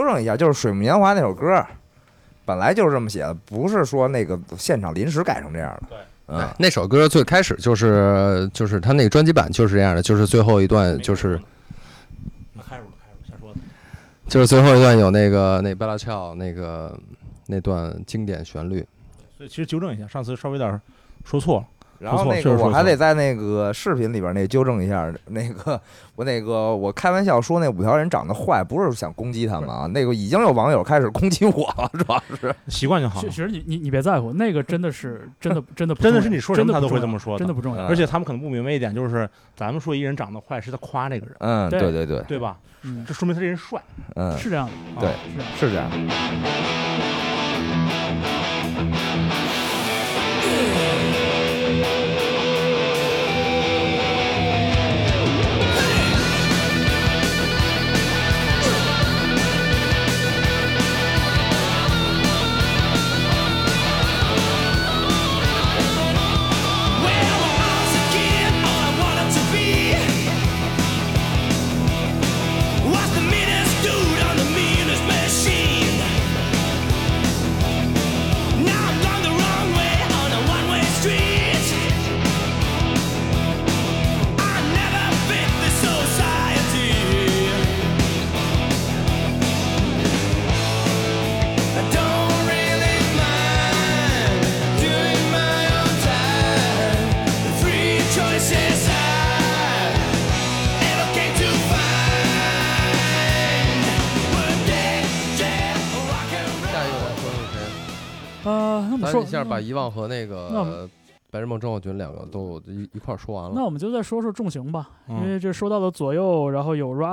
正一下，就是《水木年华》那首歌，本来就是这么写的，不是说那个现场临时改成这样的。 对，那首歌最开始就是他那个专辑版就是这样的，就是最后一段就是开始瞎说的， 就是最后一段有那贝拉乔那段经典旋律。 所以其实纠正一下，上次稍微有点说错了。 然后那个我还得在那个视频里边那纠正一下，我开玩笑说那5条人长得坏，不是想攻击他们啊，那个已经有网友开始攻击我了，主要是习惯就好。 其实你别在乎，那个真的是真的真的是你说什么他都会这么说的， 真的不重要。 而且他们可能不明白一点，就是咱们说一人长得坏是在夸这个人， 对吧？这说明他这人帅， 是这样的， 对，是这样的。 咱一下把遗忘和那个白日梦症候群两个都一块说完了。 那我们就再说说重型吧，因为这说到了左右，然后有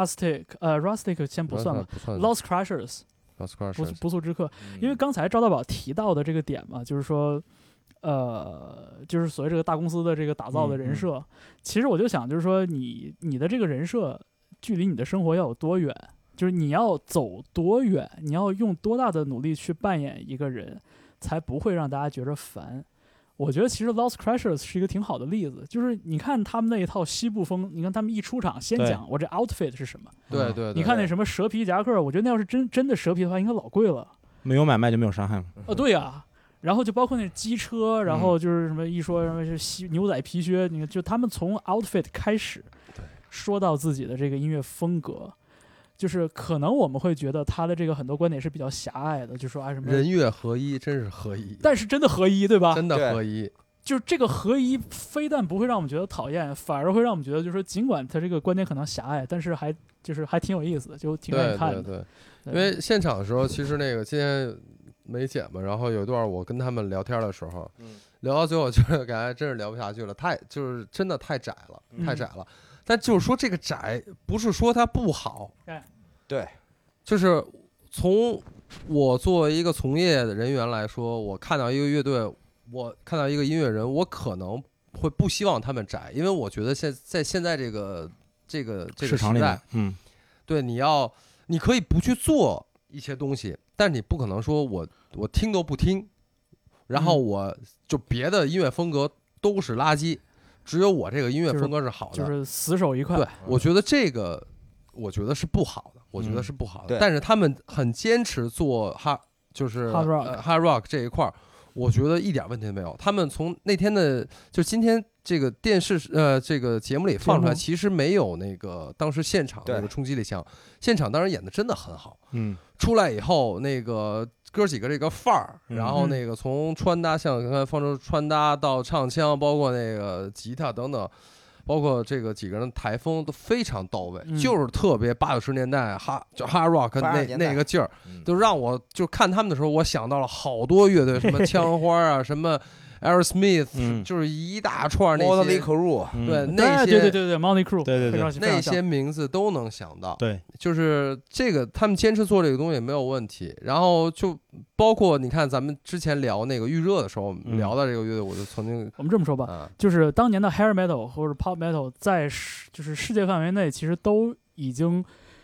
Rustic 先不算了 ，Lost Crushers 不速之客，因为刚才赵大宝提到的这个点嘛，就是说，就是所谓这个大公司的这个打造的人设，其实我就想，就是说你的这个人设距离你的生活要有多远，就是你要走多远，你要用多大的努力去扮演一个人。才不会让大家觉得烦。我觉得其实 Lost Crushers 是一个挺好的例子，就是你看他们那一套西部风，你看他们一出场先讲我这 outfit 是什么， 对， 你看那什么蛇皮夹克，我觉得那要是真的蛇皮的话，应该老贵了。 没有买卖就没有伤害嘛。 对呀，然后就包括那机车，然后就是什么一说什么是牛仔皮靴，你看就他们从 outfit 开始说到自己的这个音乐风格。就是可能我们会觉得他的这个很多观点是比较狭隘的，就说什么人乐合一，真是合一， 但是真的合一，对吧？ 真的合一， 就是这个合一，非但不会让我们觉得讨厌，反而会让我们觉得，就是说尽管他这个观点可能狭隘，但是还挺有意思的，就挺愿意看的。 对，因为现场的时候，其实那个今天没剪嘛，然后有一段我跟他们聊天的时候，聊到最后就是感觉真是聊不下去了，就是真的太窄了，太窄了。但就是说这个窄不是说它不好， 对， 就是从我作为一个从业的人员来说，我看到一个乐队，我看到一个音乐人，我可能会不希望他们窄，因为我觉得在现在这个市场里面， 对，你可以不去做一些东西，但是你不可能说我听都不听，然后我就别的音乐风格都是垃圾。只有我这个音乐风格是好的， 就是死守一块。 对，我觉得这个，我觉得是不好的，我觉得是不好的。但是他们很坚持做就是hard rock 这一块，我觉得一点问题都没有。他们从那天的，就今天这个电视这个节目里放出来，其实没有那个当时现场那个冲击力强。现场当然演的真的很好，出来以后那个。哥几个这个范儿，然后那个从穿搭，像刚才放出穿搭到唱腔，包括那个吉他等等，包括这个几个人台风都非常到位，就是特别80、90年代就 hard rock 那个劲儿，就让我就看他们的时候，我想到了好多乐队，什么枪花啊，什么。Aerosmith 就是一大串那些 Motley Crue， 对那些对 Motley Crue， 对那些名字都能想到。 对， 就是这个他们坚持做这个东西没有问题。然后就包括你看咱们之前聊那个预热的时候，聊到这个乐队，我就曾经我们这么说吧，就是当年的 hair metal 或者 pop metal 在就是世界范围内其实都已经。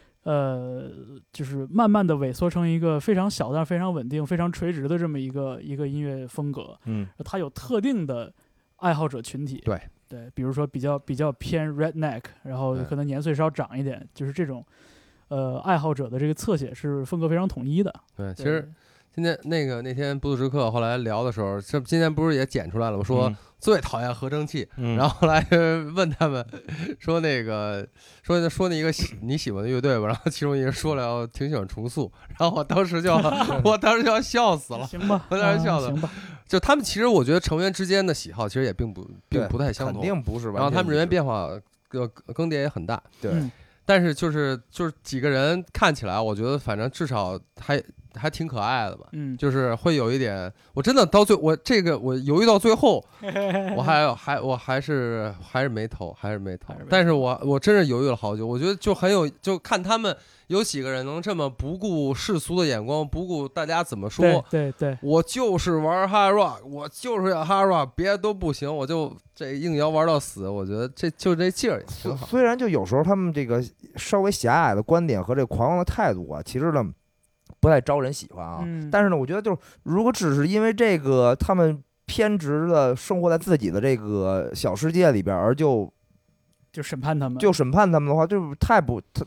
就是慢慢的萎缩成一个非常小但非常稳定、非常垂直的这么一个音乐风格。它有特定的爱好者群体。对，比如说比较偏 redneck， 然后可能年岁稍长一点，就是这种。 爱好者的这个侧写是风格非常统一的。 对，其实今天那天不速之客后来聊的时候，这今天不是也剪出来了吗？说最讨厌合成器，然后后来问他们说那个说那一个你喜欢的乐队吧，然后其中一个说了我挺喜欢重塑，然后我当时就要笑死了。 行吧， 我当时笑死了。 行吧。 就他们其实我觉得成员之间的喜好其实也并不太相同， 肯定不是。 然后他们人员变化更迭也很大， 对。 但是就是几个人看起来，我觉得反正至少还挺可爱的吧，就是会有一点，我真的我犹豫到最后，我还是没投，但是我真是犹豫了好久，我觉得就看他们有几个人能这么不顾世俗的眼光，不顾大家怎么说， 对， 我就是玩 hard rock， 我就是要 hard rock， 别的都不行，我就这硬摇玩到死，我觉得这劲儿也挺好。 虽然就有时候他们这个稍微狭隘的观点和这狂妄的态度啊，其实呢不太招人喜欢啊。但是呢，我觉得就是如果只是因为这个他们偏执的生活在自己的这个小世界里边，而就审判他们的话，就是太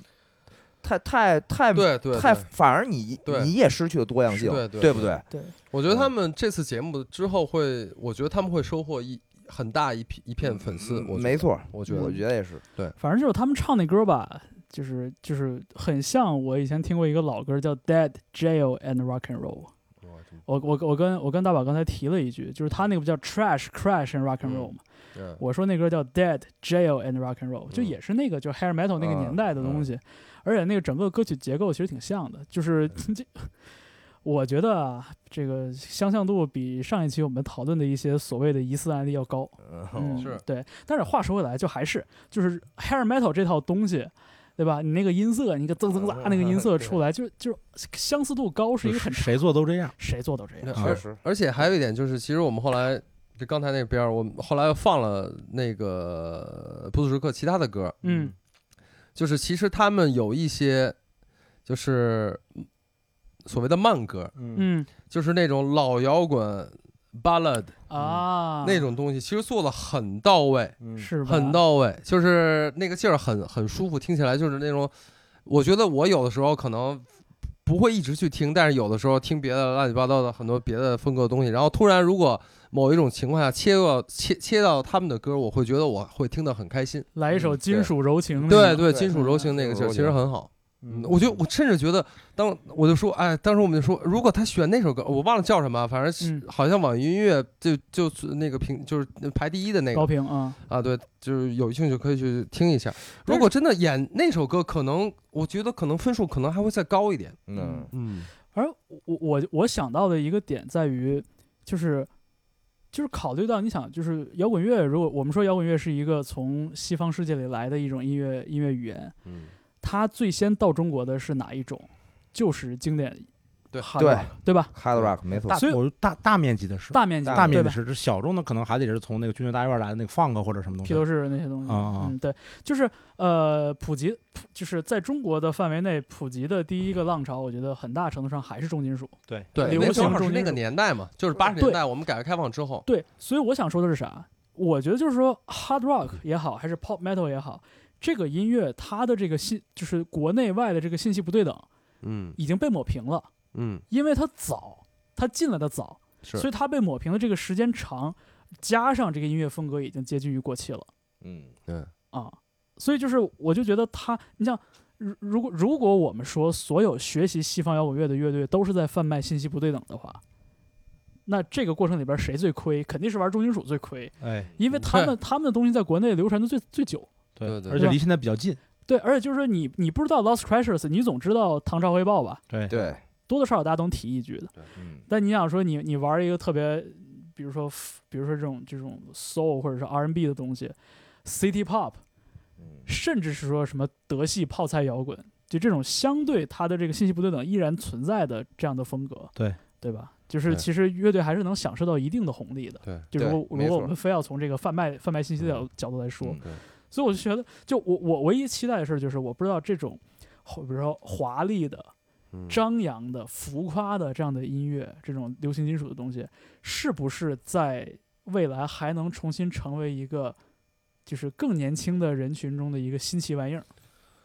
对， 反而你也失去了多样性，对不对？ 对， 我觉得他们这次节目之后我觉得他们会收获很大一片粉丝。 没错， 我觉得也是。 对， 反正就是他们唱那歌吧，就是很像我以前听过一个老歌叫 Dead Jail and Rock and Roll。我跟大宝刚才提了一句，就是他那个不叫 Trash Crash and Rock and Roll 嘛。我说那歌叫 Dead Jail and Rock and Roll， 就也是那个就 Hair Metal 那个年代的东西，而且那个整个歌曲结构其实挺像的，就是我觉得啊，这个相像度比上一期我们讨论的一些所谓的疑似案例要高。 是对，但是话说回来，就是 Hair Metal 这套东西。对吧？你那个音色，你一个增增那个音色出来，就相似度高，是一个很谁做都这样， 确实。 而且还有一点就是，其实我们后来就刚才那边，我们后来又放了那个不速之客其他的歌，就是其实他们有一些就是所谓的慢歌，就是那种老摇滚 ballad 啊那种东西，其实做的很到位， 是吧？ 很到位，就是那个劲儿很舒服，听起来就是那种，我觉得我有的时候可能不会一直去听，但是有的时候听别的乱七八糟的很多别的风格的东西，然后突然如果某一种情况下切到他们的歌，我会觉得我会听得很开心。 来一首金属柔情， 对，金属柔情那个劲儿其实很好。我甚至觉得，当时我们就说，如果他选那首歌，我忘了叫什么，反正好像网易音乐就那个就是排第一的那个高评对，就是有兴趣可以去听一下。如果真的演那首歌，可能我觉得可能分数可能还会再高一点。 而我想到的一个点在于，就是考虑到你想，就是摇滚乐，如果我们说摇滚乐是一个从西方世界里来的一种音乐语言，它最先到中国的是哪一种？就是经典，对吧 ？Hard Rock 没错， 所以大面积的是， 大面积是小众的，可能还得是从那个军队大院来的那个 funk 或者什么东西， 披头士那些东西。对，就是普及，就是在中国的范围内普及的第一个浪潮，我觉得很大程度上还是重金属。 对， 流行重金属那个年代嘛，就是80年代我们改革开放之后。 对，所以我想说的是啥？我觉得就是说 hard rock 也好，还是 pop metal 也好。这个音乐它的这个就是国内外的这个信息不对等，已经被抹平了，因为它进来的早，所以它被抹平的这个时间长，加上这个音乐风格已经接近于过气了，所以就是我就觉得你像如果我们说所有学习西方摇滚乐的乐队都是在贩卖信息不对等的话，那这个过程里边谁最亏？肯定是玩重金属最亏，因为他们的东西在国内流传的最久。 对，而且离现在比较近。 对，而且就是说你不知道 Lost Crashers， 你总知道唐朝汇报吧？ 对， 多多少少大家都提一句的。但你想说你玩一个特别，比如说这种soul 或者是 R&B 的东西 ，City Pop，甚至是说什么德系泡菜摇滚，就这种相对它的这个信息不对等依然存在的这样的风格，对吧？就是其实乐队还是能享受到一定的红利的。 对， 就如果我们非要从这个贩卖信息的角度来说。所以我就觉得，就我唯一期待的事就是，我不知道这种，比如说华丽的、张扬的、浮夸的这样的音乐，这种流行金属的东西，是不是在未来还能重新成为一个，就是更年轻的人群中的一个新奇玩意儿？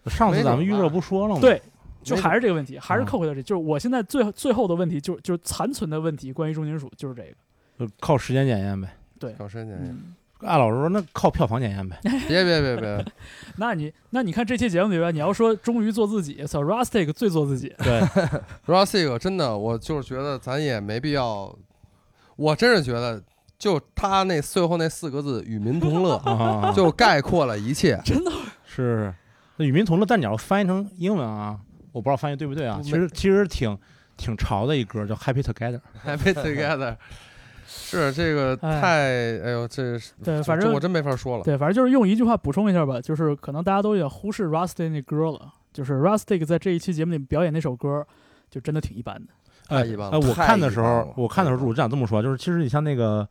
上次咱们预热不说了吗？ 对，就还是这个问题，还是扣回到这，就是我现在最后的问题，就是残存的问题，关于重金属就是这个， 就靠时间检验呗。 对， 靠时间检验。 按老师说，那靠票房检验呗。 别， 那你看这期节目里边，你要说忠于做自己，操 Rustic 最做自己。 对 ，Rustic 真的，我就是觉得咱也没必要，我真是觉得。就他那最后那4个字"与民同乐"，就概括了一切。 真的是"与民同乐"，但你要翻译成英文啊，我不知道翻译对不对啊。其实挺潮的一歌，叫 "Happy Together"。Happy Together。是这个太哎呦，这对，反正我真没法说了。 对，反正就是用一句话补充一下吧，就是可能大家都有点忽视 Rustic 那歌了。就是 Rustic 在这一期节目里表演那首歌，就真的挺一般的。 太一般了。 我看的时候，我就想这么说，就是其实你像那个。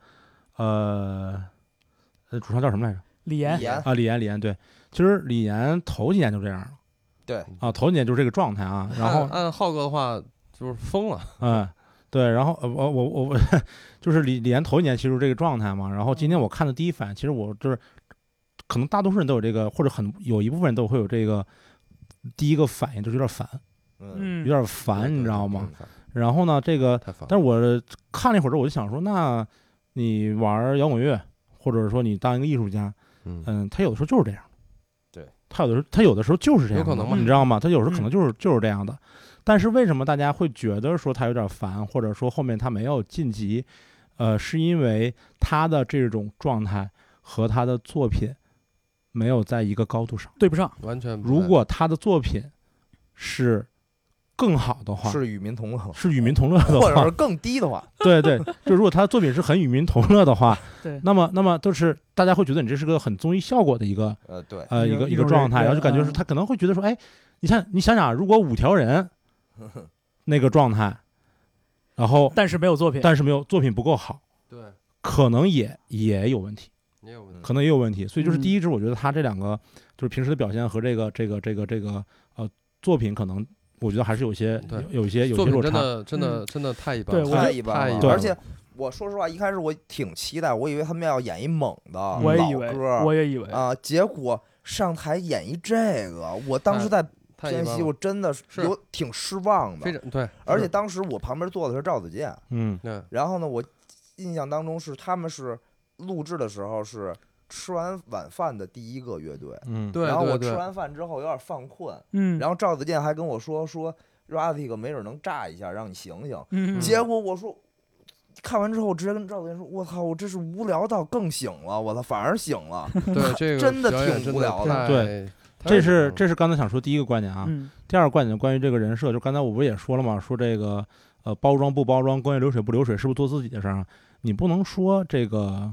主唱叫什么来着？ 李岩啊，李岩对，其实李岩头几年就这样了， 对啊，头几年就是这个状态啊。然后按浩哥的话就是疯了， 对，然后我就是李岩头几年其实这个状态嘛。然后今天我看的第一反应，其实我就是可能大多数人都有这个，或者有一部分人都会有这个第一个反应，就是有点烦，有点烦，你知道吗？然后呢，这个，但是我看了一会儿之后，我就想说，那你玩摇滚乐，或者说你当一个艺术家，他有的时候就是这样， 对， 他有的时候就是这样， 有可能吗？ 你知道吗？他有时候可能就是这样的。但是为什么大家会觉得说他有点烦，或者说后面他没有晋级？是因为他的这种状态和他的作品没有在一个高度上， 对不上， 完全。 如果他的作品是更好的话， 是与民同乐的话， 或者是更低的话， 对，就如果他的作品是很与民同乐的话， 对， 那么都是大家会觉得你这是个很综艺效果的一个一个状态，然后就感觉是他可能会觉得说，哎，你想想，如果5条人那个状态，然后但是没有作品不够好， 对， 可能也有问题，可能也有问题。所以就是第一支，我觉得他这两个就是平时的表现和这个作品可能。我觉得还是有一些落差， 真的太一般了， 太一般了。而且我说实话，一开始我挺期待，我以为他们要演一猛的老歌， 我也以为啊，结果上台演一这个，我当时在偏西，我真的是挺失望的。 对， 而且当时我旁边坐的是赵子健， 对。 然后呢，我印象当中是他们是录制的时候是。吃完晚饭的第一个乐队， 对， 然后我吃完饭之后有点犯困，然后赵子健还跟我说 Rustic 没准能炸一下，让你醒醒，结果我说看完之后，我直接跟赵子健说，我操，我这是无聊到更醒了，我操，反而醒了， 对，这个真的挺无聊的， 对，这是刚才想说第一个观点啊，第二个观点关于这个人设，就刚才我不是也说了吗？说这个包装不包装，关于流水不流水，是不是做自己的事儿？你不能说这个。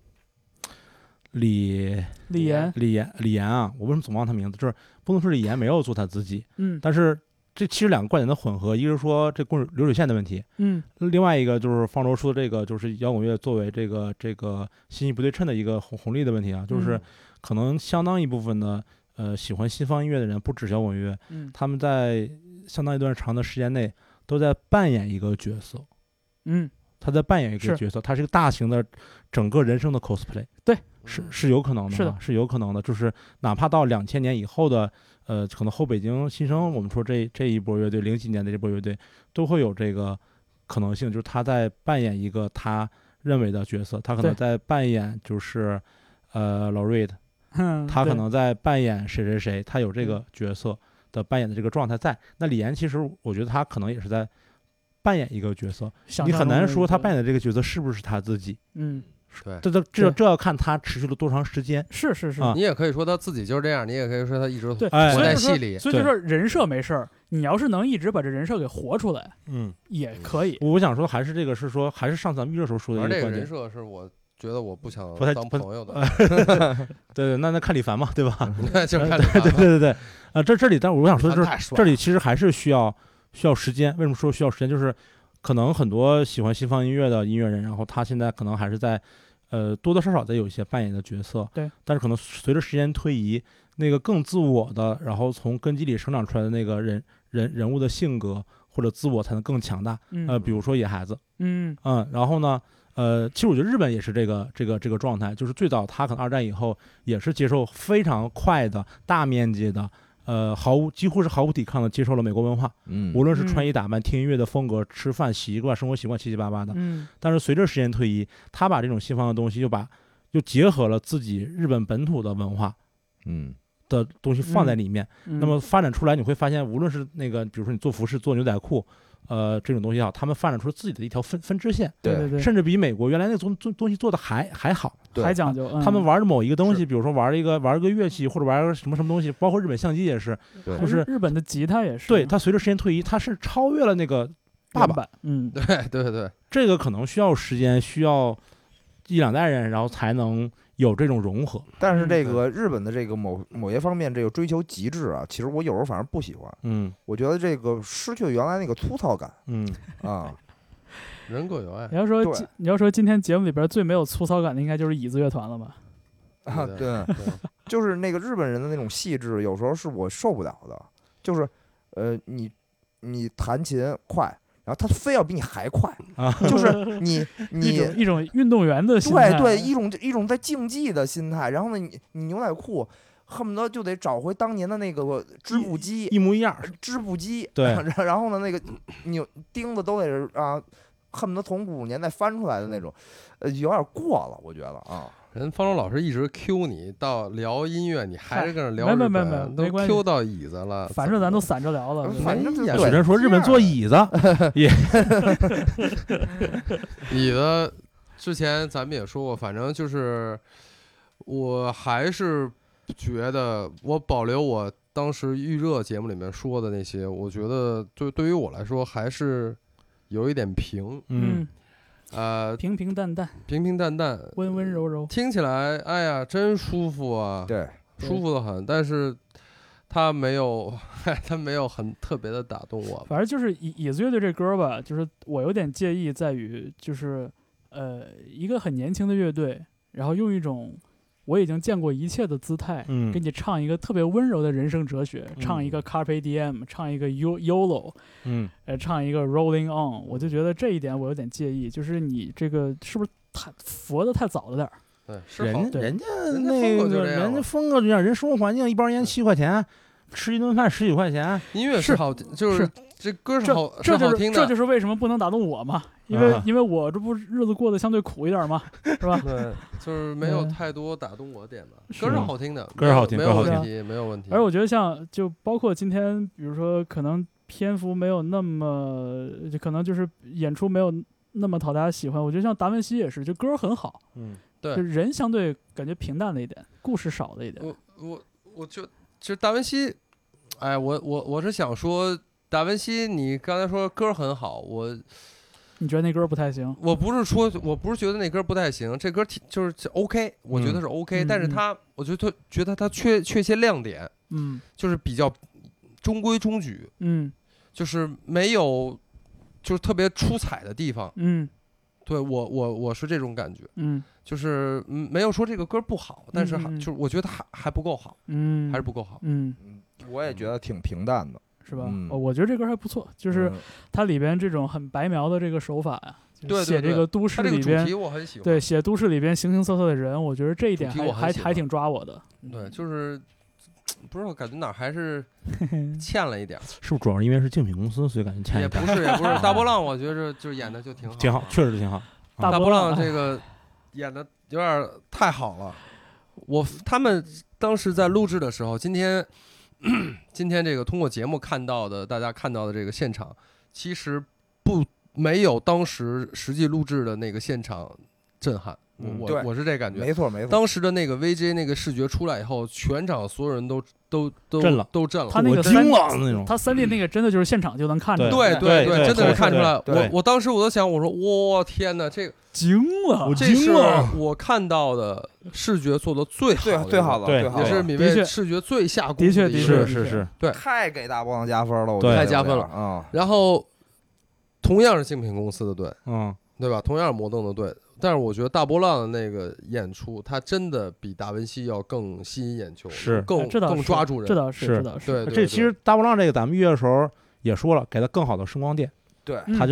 李岩啊，我为什么总忘他名字？就是不能说李岩没有做他自己，但是这其实两个观点的混合，一个是说这流水线的问题，另外一个就是方舟说的这个就是摇滚乐作为这个信息不对称的一个红利的问题啊，就是可能相当一部分的喜欢西方音乐的人，不止摇滚乐，他们在相当一段长的时间内都在扮演一个角色，他在扮演一个角色，他是一个大型的整个人生的 cosplay， 对。 是有可能的，是有可能的，就是哪怕到2000年以后的，可能后北京新生，我们说这一波乐队，00几年的这波乐队，都会有这个可能性，就是他在扮演一个他认为的角色，他可能在扮演就是老瑞的，他可能在扮演谁，他有这个角色的扮演的这个状态在。那李岩其实我觉得他可能也是在扮演一个角色，你很难说他扮演的这个角色是不是他自己， 对， 这要看他持续了多长时间。 是， 你也可以说他自己就是这样，你也可以说他一直活在戏里。 所以就说人设没事儿，你要是能一直把这人设给活出来，也可以。 我想说还是这个是说，还是上次咱们预热时候说的一个观点。 而这个人设是我觉得我不想当朋友的。 对，那看李凡嘛，对吧？ 就是看李凡。 对。这里，但我想说的是，这里其实还是需要时间。为什么说需要时间？就是可能很多喜欢西方音乐的音乐人，然后他现在可能还是在。多多少少的有一些扮演的角色， 对， 但是可能随着时间推移，那个更自我的，然后从根基里生长出来的那个人物的性格或者自我才能更强大。比如说野孩子，然后呢，其实我觉得日本也是这个状态，就是最早他可能2战以后也是接受非常快的大面积的几乎是毫无抵抗的接受了美国文化，无论是穿衣打扮、听音乐的风格、吃饭习惯、生活习惯七七八八的，但是随着时间推移，他把这种西方的东西就结合了自己日本本土的文化，的东西放在里面，那么发展出来，你会发现，无论是那个，比如说你做服饰、做牛仔裤，这种东西啊，他们发展出自己的一条分支线， 对， 甚至比美国原来那个东西做的还好， 还讲究。 他们玩某一个东西，比如说玩一个乐器，或者玩个什么东西，包括日本相机也是， 就是日本的吉他也是， 对，它随着时间推移，它是超越了那个爸爸， 对， 这个可能需要时间，需要1-2代人，然后才能有这种融合。 但是这个日本的这个某些方面这个追求极致啊，其实我有时候反正不喜欢。我觉得这个失去原来那个粗糙感。 人各有爱。 你要说今天节目里边最没有粗糙感的，应该就是椅子乐团了吧？ 对，就是那个日本人的那种细致，有时候是我受不了的。就是你弹琴快，然后他非要比你还快啊！就是你一种运动员的心态， 对，一种在竞技的心态。然后呢，你牛仔裤恨不得就得找回当年的那个织布机， 一模一样， 织布机。 对， 然后呢，那个钉子都得是啊，恨不得从50年代翻出来的那种，有点过了，我觉得啊。 人方舟老师一直 Q 你，到聊音乐，你还是跟着聊日本，都 Q 到椅子了。 反正咱都散着聊了。 反正有人说日本做椅子， 椅子之前咱们也说过，反正就是我还是觉得我保留我当时预热节目里面说的那些，我觉得对于我来说还是有一点平。 平平淡淡， 温温柔柔， 听起来哎呀真舒服啊， 对， 舒服的很。但是他没有很特别的打动我。 反正就是椅子乐队这歌吧，就是我有点介意在于，就是一个很年轻的乐队，然后用一种我已经见过一切的姿态，给你唱一个特别温柔的人生哲学，唱一个 Carpe Diem， 唱一个 YOLO， 唱一个 Rolling On， 我就觉得这一点我有点介意，就是你这个是不是太佛的太早了点儿？ 对， 人家那个人家风格就这样，人生活环境一包烟7块钱，吃一顿饭10几块钱， 音乐是好，就是这歌是好听的， 这就是为什么不能打动我嘛。因为我这不日子过得相对苦一点嘛，是吧？ 对，就是没有太多打动我点的。歌是好听的， 歌是好听， 没有问题。 而我觉得就包括今天，比如说可能篇幅没有那么，就可能就是演出没有那么讨大家喜欢。我觉得像达文西也是，就歌很好， 对， 就人相对感觉平淡了一点，故事少了一点。 我就达文西，哎，我是想说达文西，你刚才说歌很好， 你觉得那歌不太行？ 我不是觉得那歌不太行，这歌就是 OK， 我觉得是 OK，但是我觉得他缺些亮点，就是比较中规中矩，就是没有就是特别出彩的地方，对我是这种感觉，就是没有说这个歌不好，但是就是我觉得还不够好，还是不够好， 我也觉得挺平淡的。 是吧？我觉得这歌还不错，就是它里边这种很白描的这个手法呀，写这个都市里边，对，写都市里边形形色色的人，我觉得这一点还挺抓我的。 对，就是不知道感觉哪还是欠了一点， 是不是主要因为是竞品公司，所以感觉欠一点？ 也不是，大波浪，我觉得就演的就挺好， 确实挺好。 大波浪这个演的有点太好了，他们当时在录制的时候，今天这个通过节目大家看到的这个现场，其实没有当时实际录制的那个现场震撼。我是这感觉， 没错。 当时的那个 VJ 那个视觉出来以后，全场所有人都震了， 他那个惊了那种。 他3D 那个真的就是现场就能看出来， 对，真的是看出来。我当时我都想，我说哇天哪，这个惊了， 这是我看到的视觉做的最好的，也是米未视觉最下功夫的一个， 是， 对， 太给大波浪加分了，我觉得太加分了啊。然后同样是竞品公司的队，对吧？同样是摩登的队。但是我觉得大波浪的那个演出，他真的比达文西要更吸引眼球， 是更抓住人。 这倒是， 对。 这其实大波浪这个咱们预约的时候也说了，给他更好的声光电， 对， 他就能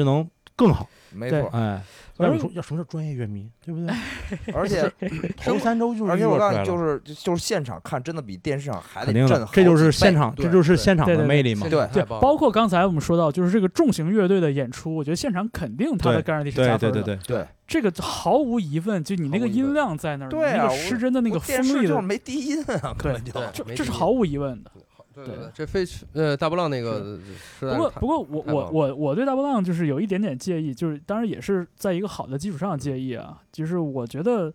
更好。 没错， 哎，要说什么叫专业乐迷，对不对？ 而且头3周就是， 而且我告诉你，就是现场看，真的比电视上还得震撼。 这就是现场，这就是现场的魅力嘛。 对， 包括刚才我们说到，就是这个重型乐队的演出，我觉得现场肯定它的感染力是加分的。 对， 这个毫无疑问，就你那个音量在那儿， 对那个失真的那个锋利的， 就是没低音啊，根本就这是毫无疑问的。 对，这大波浪那个， 不过我对大波浪就是有一点点介意，就是当然也是在一个好的基础上介意啊，就是我觉得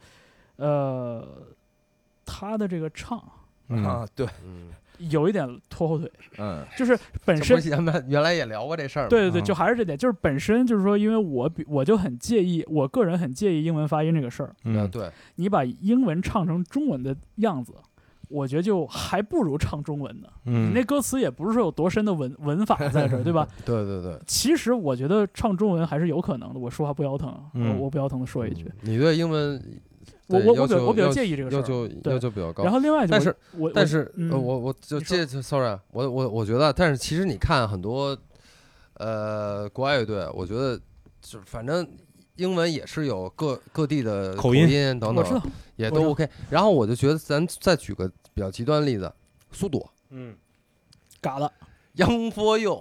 他的这个唱对， 有一点拖后腿，就是本身原来也聊过这事儿， 对，就还是这点，就是本身就是说，因为我就很介意，我个人很介意英文发音这个事儿， 对， 你把英文唱成中文的样子。我觉得就还不如唱中文呢。你那歌词也不是说有多深的文法在这儿，对吧？ 对。 其实我觉得唱中文还是有可能的。我说话不腰疼，我不腰疼的说一句。 你对英文， 我比较介意这个事儿，要求比较高。 然后另外， 但是我就sorry， 我觉得，但是其实你看很多国外乐队，我觉得就反正。英文也是有各地的口音等等，也都 OK。然后我就觉得，咱再举个比较极端的例子，苏朵， 嘎了 ，Young for You，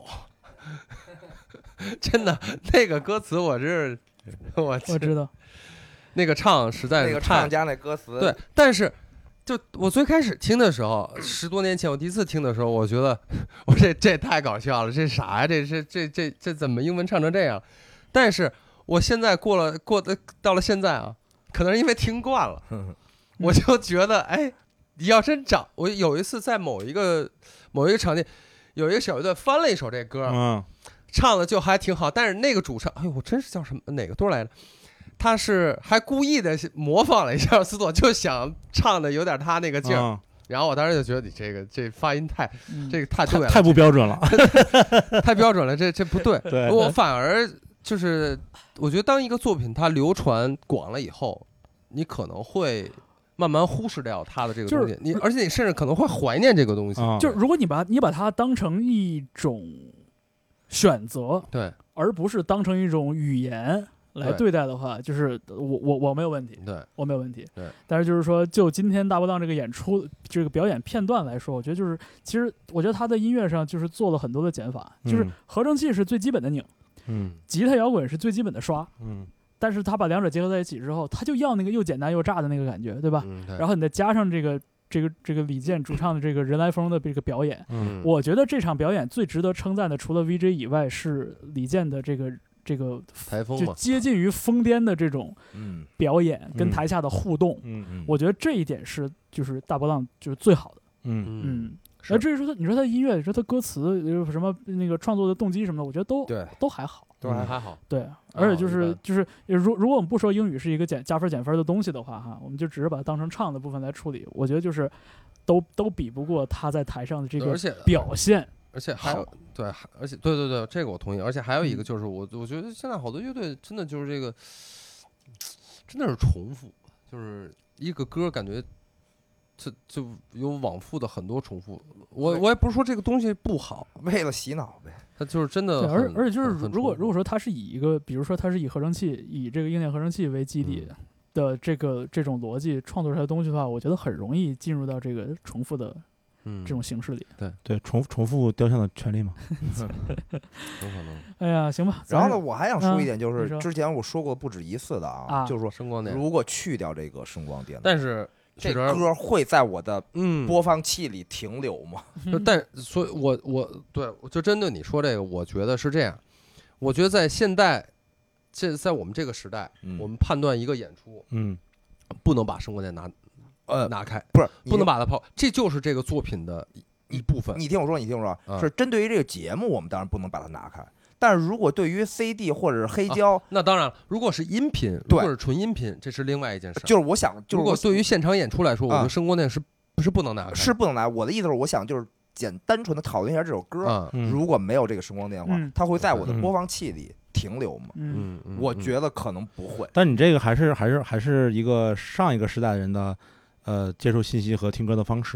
真的那个歌词我知道， 那个唱实在是那个唱家那歌词对，但是就我最开始听的时候，10多年前我第一次听的时候，我觉得我这太搞笑了，这啥呀？这怎么英文唱成这样？但是。我现在到了现在啊，可能是因为听惯了，我就觉得，哎，你要真找我有一次在某一个场地，有一个小乐队翻了一首这歌，唱的就还挺好，但是那个主唱，哎呦，我真是叫什么哪个队来着？他是还故意的模仿了一下斯朵，就想唱的有点他那个劲儿。然后我当时就觉得你这发音太对了， 太不标准了， 太标准了，这不对。 对， 我反而。就是我觉得当一个作品它流传广了以后，你可能会慢慢忽视掉它的这个东西，而且你甚至可能会怀念这个东西。 就是如果你把它当成一种选择， 对， 而不是当成一种语言来对待的话，就是我没有问题， 对， 我没有问题。 对， 但是就是说，就今天大波浪这个演出这个表演片段来说，我觉得就是其实我觉得他的音乐上就是做了很多的减法，就是合成器是最基本的拧。吉他摇滚是最基本的刷，但是他把两者结合在一起之后，他就要那个又简单又炸的那个感觉，对吧？然后你再加上这个李健主唱的这个人来疯的这个表演，我觉得这场表演最值得称赞的，除了 VJ 以外，是李健的这个台风就接近于疯癫的这种表演跟台下的互动，我觉得这一点是就是大波浪就是最好的，而至于说你说他的音乐，你说他歌词什么那个创作的动机什么的，我觉得都还好， 都还好。 对，而且就是如果我们不说英语是一个加分减分的东西的话哈，我们就只是把它当成唱的部分来处理，我觉得就是都比不过他在台上的这个表现。 而且还有对，而且对，这个我同意。而且还有一个就是我觉得现在好多乐队真的就是这个真的是重复，就是一个歌感觉。就有往复的很多重复，我也不是说这个东西不好， 为了洗脑呗， 它就是真的而且就是如果说它是以一个，比如说它是以合成器，以这个硬件合成器为基底的这种逻辑创作出来的东西的话，我觉得很容易进入到这个重复的这种形式里。 对，重复雕像的权利嘛， 有可能。 哎呀，行吧。 然后呢，我还想说一点，就是之前我说过不止一次的啊，就是说声光电， 如果去掉这个声光电， 但是。 这歌会在我的播放器里停留吗？ 但所以我就针对你说这个，我觉得是这样。我觉得在现代，在我们这个时代，我们判断一个演出，不能把声光电拿开，不能把它抛，这就是这个作品的一部分。 你听我说，是针对于这个节目，我们当然不能把它拿开。但是如果对于 CD 或者是黑胶， 那当然了。如果是音频，如果是纯音频，这是另外一件事。 就是我想， 如果对于现场演出来说，我觉得声光电是不能拿， 是不能拿。我的意思是，我想就是单纯的讨论一下这首歌，如果没有这个声光电的话，它会在我的播放器里停留吗？我觉得可能不会。 但你这个还是一个上一个时代人的接受信息和听歌的方式。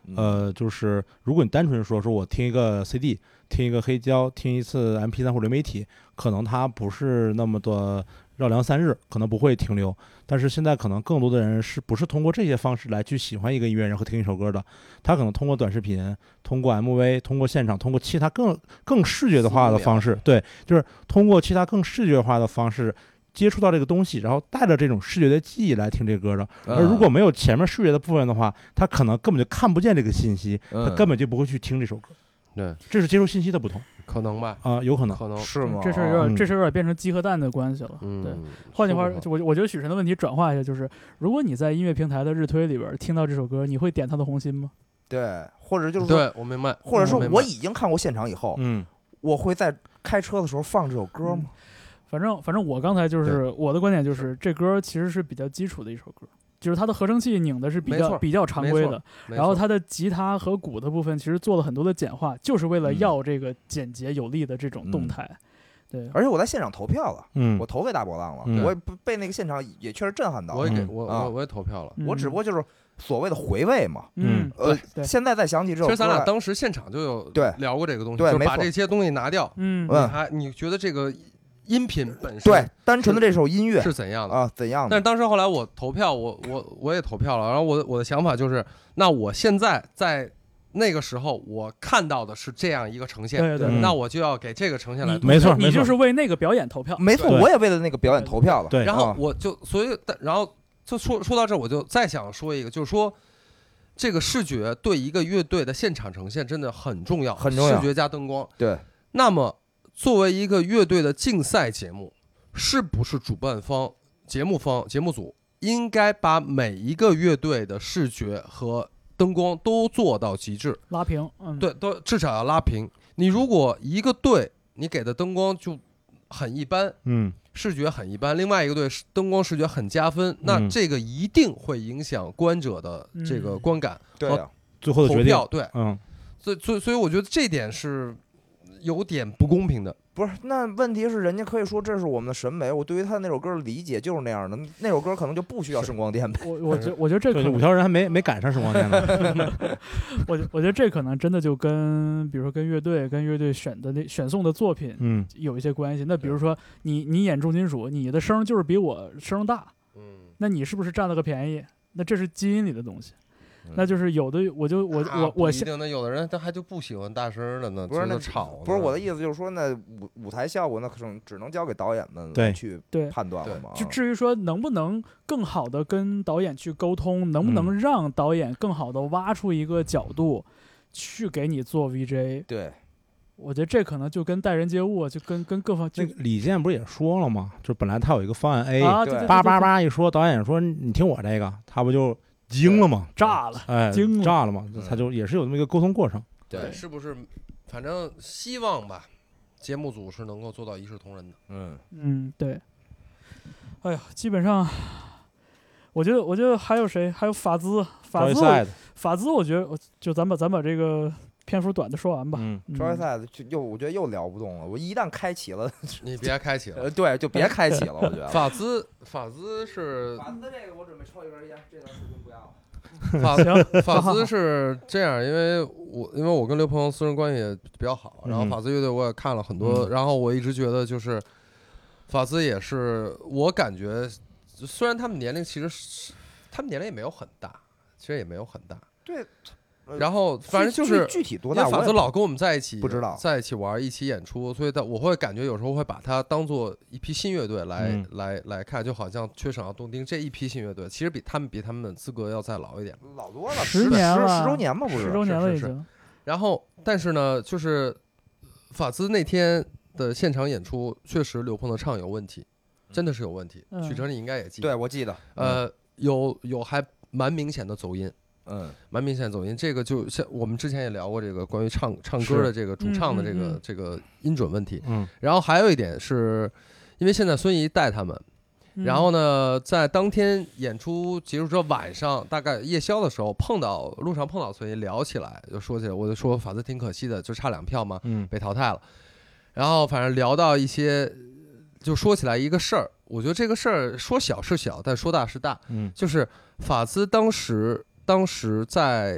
就是如果你单纯说我听一个 CD， 听一个黑胶，听一次 MP3 或者流媒体，可能它不是那么的绕梁三日，可能不会停留。但是现在可能更多的人是不是通过这些方式来去喜欢一个音乐人和听一首歌的？他可能通过短视频，通过 MV， 通过现场，通过其他更视觉化的方式，对，就是通过其他更视觉化的方式接触到这个东西，然后带着这种视觉的记忆来听这个歌的。而如果没有前面视觉的部分的话，他可能根本就看不见这个信息，他根本就不会去听这首歌。 对， 这是接受信息的不同， 可能吧？ 有可能， 是吗？ 这事有点变成鸡和蛋的关系了。对，换句话，我觉得许晨的问题转化一下，就是如果你在音乐平台的日推里边听到这首歌，你会点他的红心吗？ 对，或者就是说， 对我明白， 或者说我已经看过现场以后，我会在开车的时候放这首歌吗？ 反正我刚才就是我的观点就是，这歌其实是比较基础的一首歌。就是它的合成器拧的是比较常规的，然后它的吉他和鼓的部分其实做了很多的简化，就是为了要这个简洁有力的这种动态。对， 而且我在现场投票了，我投给大波浪了，我也被那个现场也确实震撼到了。 我也投票了， 我只不过就是所谓的回味嘛。现在再想起这首歌， 其实咱俩当时现场就有聊过这个东西， 对， 就把这些东西拿掉。你觉得这个音频本身对单纯的这首音乐是怎样的啊？怎样的？ 但是当时后来我投票，我也投票了。然后我的想法就是，那我现在在那个时候我看到的是这样一个呈现， 对， 那我就要给这个呈现来投票。 没错， 你就是为那个表演投票。 没错，我也为了那个表演投票了。 对， 然后我就然后就说到这，我就再想说一个，就是说这个视觉对一个乐队的现场呈现真的很重要， 很重要。 视觉加灯光。 对， 那么。作为一个乐队的竞赛节目，是不是主办方、节目组应该把每一个乐队的视觉和灯光都做到极致， 拉平？ 对，都至少要拉平。你如果一个队你给的灯光就很一般，视觉很一般，另外一个队灯光视觉很加分，那这个一定会影响观者的这个观感和最后的决定。 对，所以我觉得这点是有点不公平的。 不是，那问题是人家可以说这是我们的审美，我对于他那首歌的理解就是那样的，那首歌可能就不需要声光电呗。 我觉得这可能五条人还没赶上声光电呢。 我觉得这可能真的就跟比如说跟乐队选送的作品有一些关系。那比如说你演重金属，你的声就是比我声大，那你是不是占了个便宜？那这是基因里的东西。那就是有的，我不一定的，有的人他还就不喜欢大声的呢， 不是那吵。 不是我的意思，就是说那舞台效果那可能只能交给导演们去判断了嘛。 就至于说能不能更好的跟导演去沟通，能不能让导演更好的挖出一个角度去给你做 VJ， 对。 我觉得这可能就跟待人接物，就跟各方。 那个李健不是也说了吗？就本来他有一个方案 A， 叭一说，导演说你听我这个，他不就惊了吗？ 炸了， 惊了，炸了嘛！他就也是有那么一个沟通过程。 对，是不是？反正希望吧，节目组是能够做到一视同仁的。 对。哎呀，基本上，我觉得还有谁？还有法兹，我觉得就咱把这个篇幅短的说完吧。 超级赛我觉得又聊不动了。我一旦开启了， 你别开启了。 对，就别开启了。我觉得法兹是法兹这个，我准备抽一根烟，这段视频不要了。 法兹是这样，因为我跟刘鹏私人关系也比较好，然后法兹乐队我也看了很多，然后我一直觉得就是法兹也是我感觉，虽然他们年龄也没有很大，其实也没有很大。 对。 然后反正就是具体多大， 法兹老跟我们在一起， 不知道在一起玩，一起演出，所以我会感觉有时候会把他当做一批新乐队来看，就好像缺省动丁这一批新乐队，其实比他们资格要再老一点， 老多了 ，10年了 ，10周年嘛，不是 10周年了已经。 然后，但是呢，就是法兹那天的现场演出，确实刘鹏的唱有问题，真的是有问题。许晨你应该也记得， 对我记得， 有还蛮明显的走音。蛮明显走音，这个就像我们之前也聊过这个关于唱歌的这个主唱的这个音准问题。然后还有一点是，因为现在孙怡带他们，然后呢，在当天演出结束之后，晚上大概夜宵的时候路上碰到孙怡聊起来，就说起来，我就说法兹挺可惜的，就差2票嘛，被淘汰了。然后反正聊到一些，就说起来一个事儿，我觉得这个事儿说小是小，但说大是大。就是法兹当时在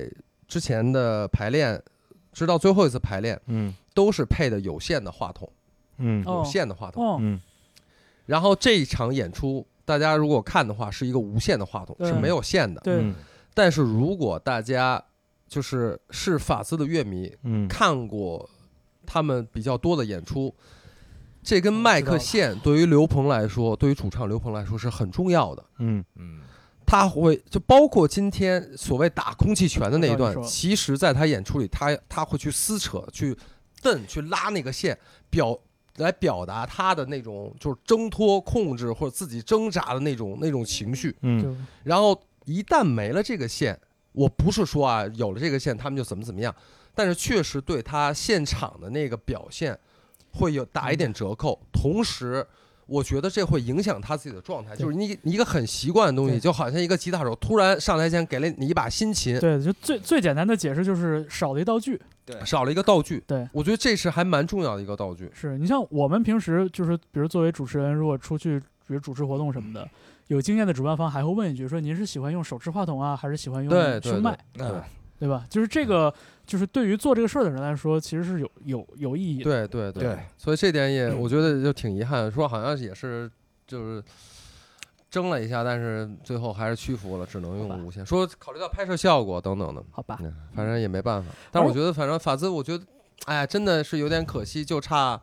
之前的排练，直到最后一次排练，都是配的有线的话筒，有线的话筒，然后这一场演出，大家如果看的话，是一个无线的话筒，是没有线的， 对。 但是如果大家是法兹的乐迷，看过他们比较多的演出，这根麦克线对于刘鹏来说，对于主唱刘鹏来说是很重要的。他会就包括今天所谓打空气拳的那一段，其实在他演出里，他会去撕扯、去蹬、去拉那个线，来表达他的那种就是挣脱、控制或者自己挣扎的那种情绪。然后一旦没了这个线，我不是说啊有了这个线他们就怎么样，但是确实对他现场的那个表现会有打一点折扣，同时我觉得这会影响他自己的状态，就是你一个很习惯的东西，就好像一个吉他手突然上台前给了你一把新琴。 对，就最简单的解释就是少了一道具， 对，少了一个道具。 对， 我觉得这是还蛮重要的一个道具。 是你像我们平时就是，比如作为主持人，如果出去比如主持活动什么的，有经验的主办方还会问一句说您是喜欢用手持话筒啊，还是喜欢用胸麦？对吧？就是这个，就是对于做这个事儿的人来说，其实是有意义的。对，所以这点也我觉得就挺遗憾，说好像也是就是争了一下，但是最后还是屈服了，只能用无线。说考虑到拍摄效果等等的， 好吧， 反正也没办法。但我觉得，反正法兹，我觉得，哎呀，真的是有点可惜，就差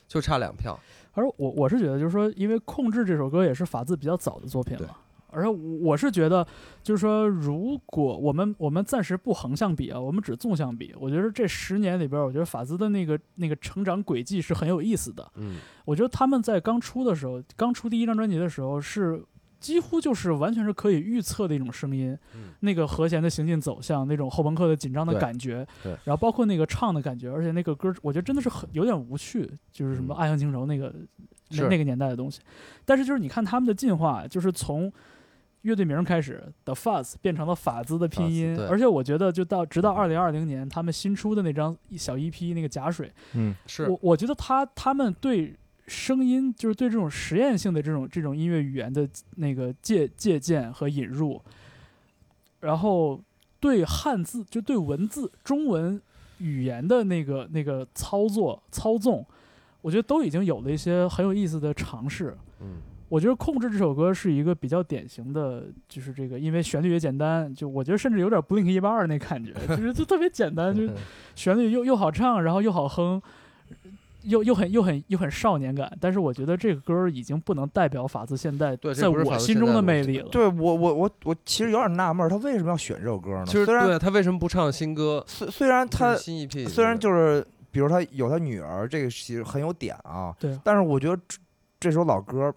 2票。 而我是觉得，就是说，因为《控制》这首歌也是法兹比较早的作品了。而我是觉得，就是说，如果我们暂时不横向比啊，我们只纵向比，我觉得这10年里边，我觉得法兹的那个成长轨迹是很有意思的。我觉得他们在刚出第一张专辑的时候，是几乎就是完全是可以预测的一种声音，那个和弦的行进走向，那种后朋克的紧张的感觉，然后包括那个唱的感觉，而且那个歌，我觉得真的是有点无趣，就是什么爱恨情仇那个年代的东西。但是就是你看他们的进化，就是从乐队名开始的 Fuzz 变成了法兹的拼音，而且我觉得直到2020年他们新出的那张小 EP 那个假水，我觉得他们对声音就是对这种实验性的这种音乐语言的那个借鉴和引入，然后对汉字就对文字中文语言的那个操纵，我觉得都已经有了一些很有意思的尝试。我觉得《控制》这首歌是一个比较典型的，就是这个，因为旋律也简单，就我觉得甚至有点 Blink 182那感觉，就特别简单，就旋律又好唱，然后又好哼，又很少年感。但是我觉得这个歌已经不能代表法兹现在在我心中的魅力了。 对我其实有点纳闷，他为什么要选这首歌呢？ 其实对他为什么不唱新歌？ 虽然他新一批， 虽然就是比如他有他女儿，这个其实很有点啊。 对。 但是我觉得这首老歌。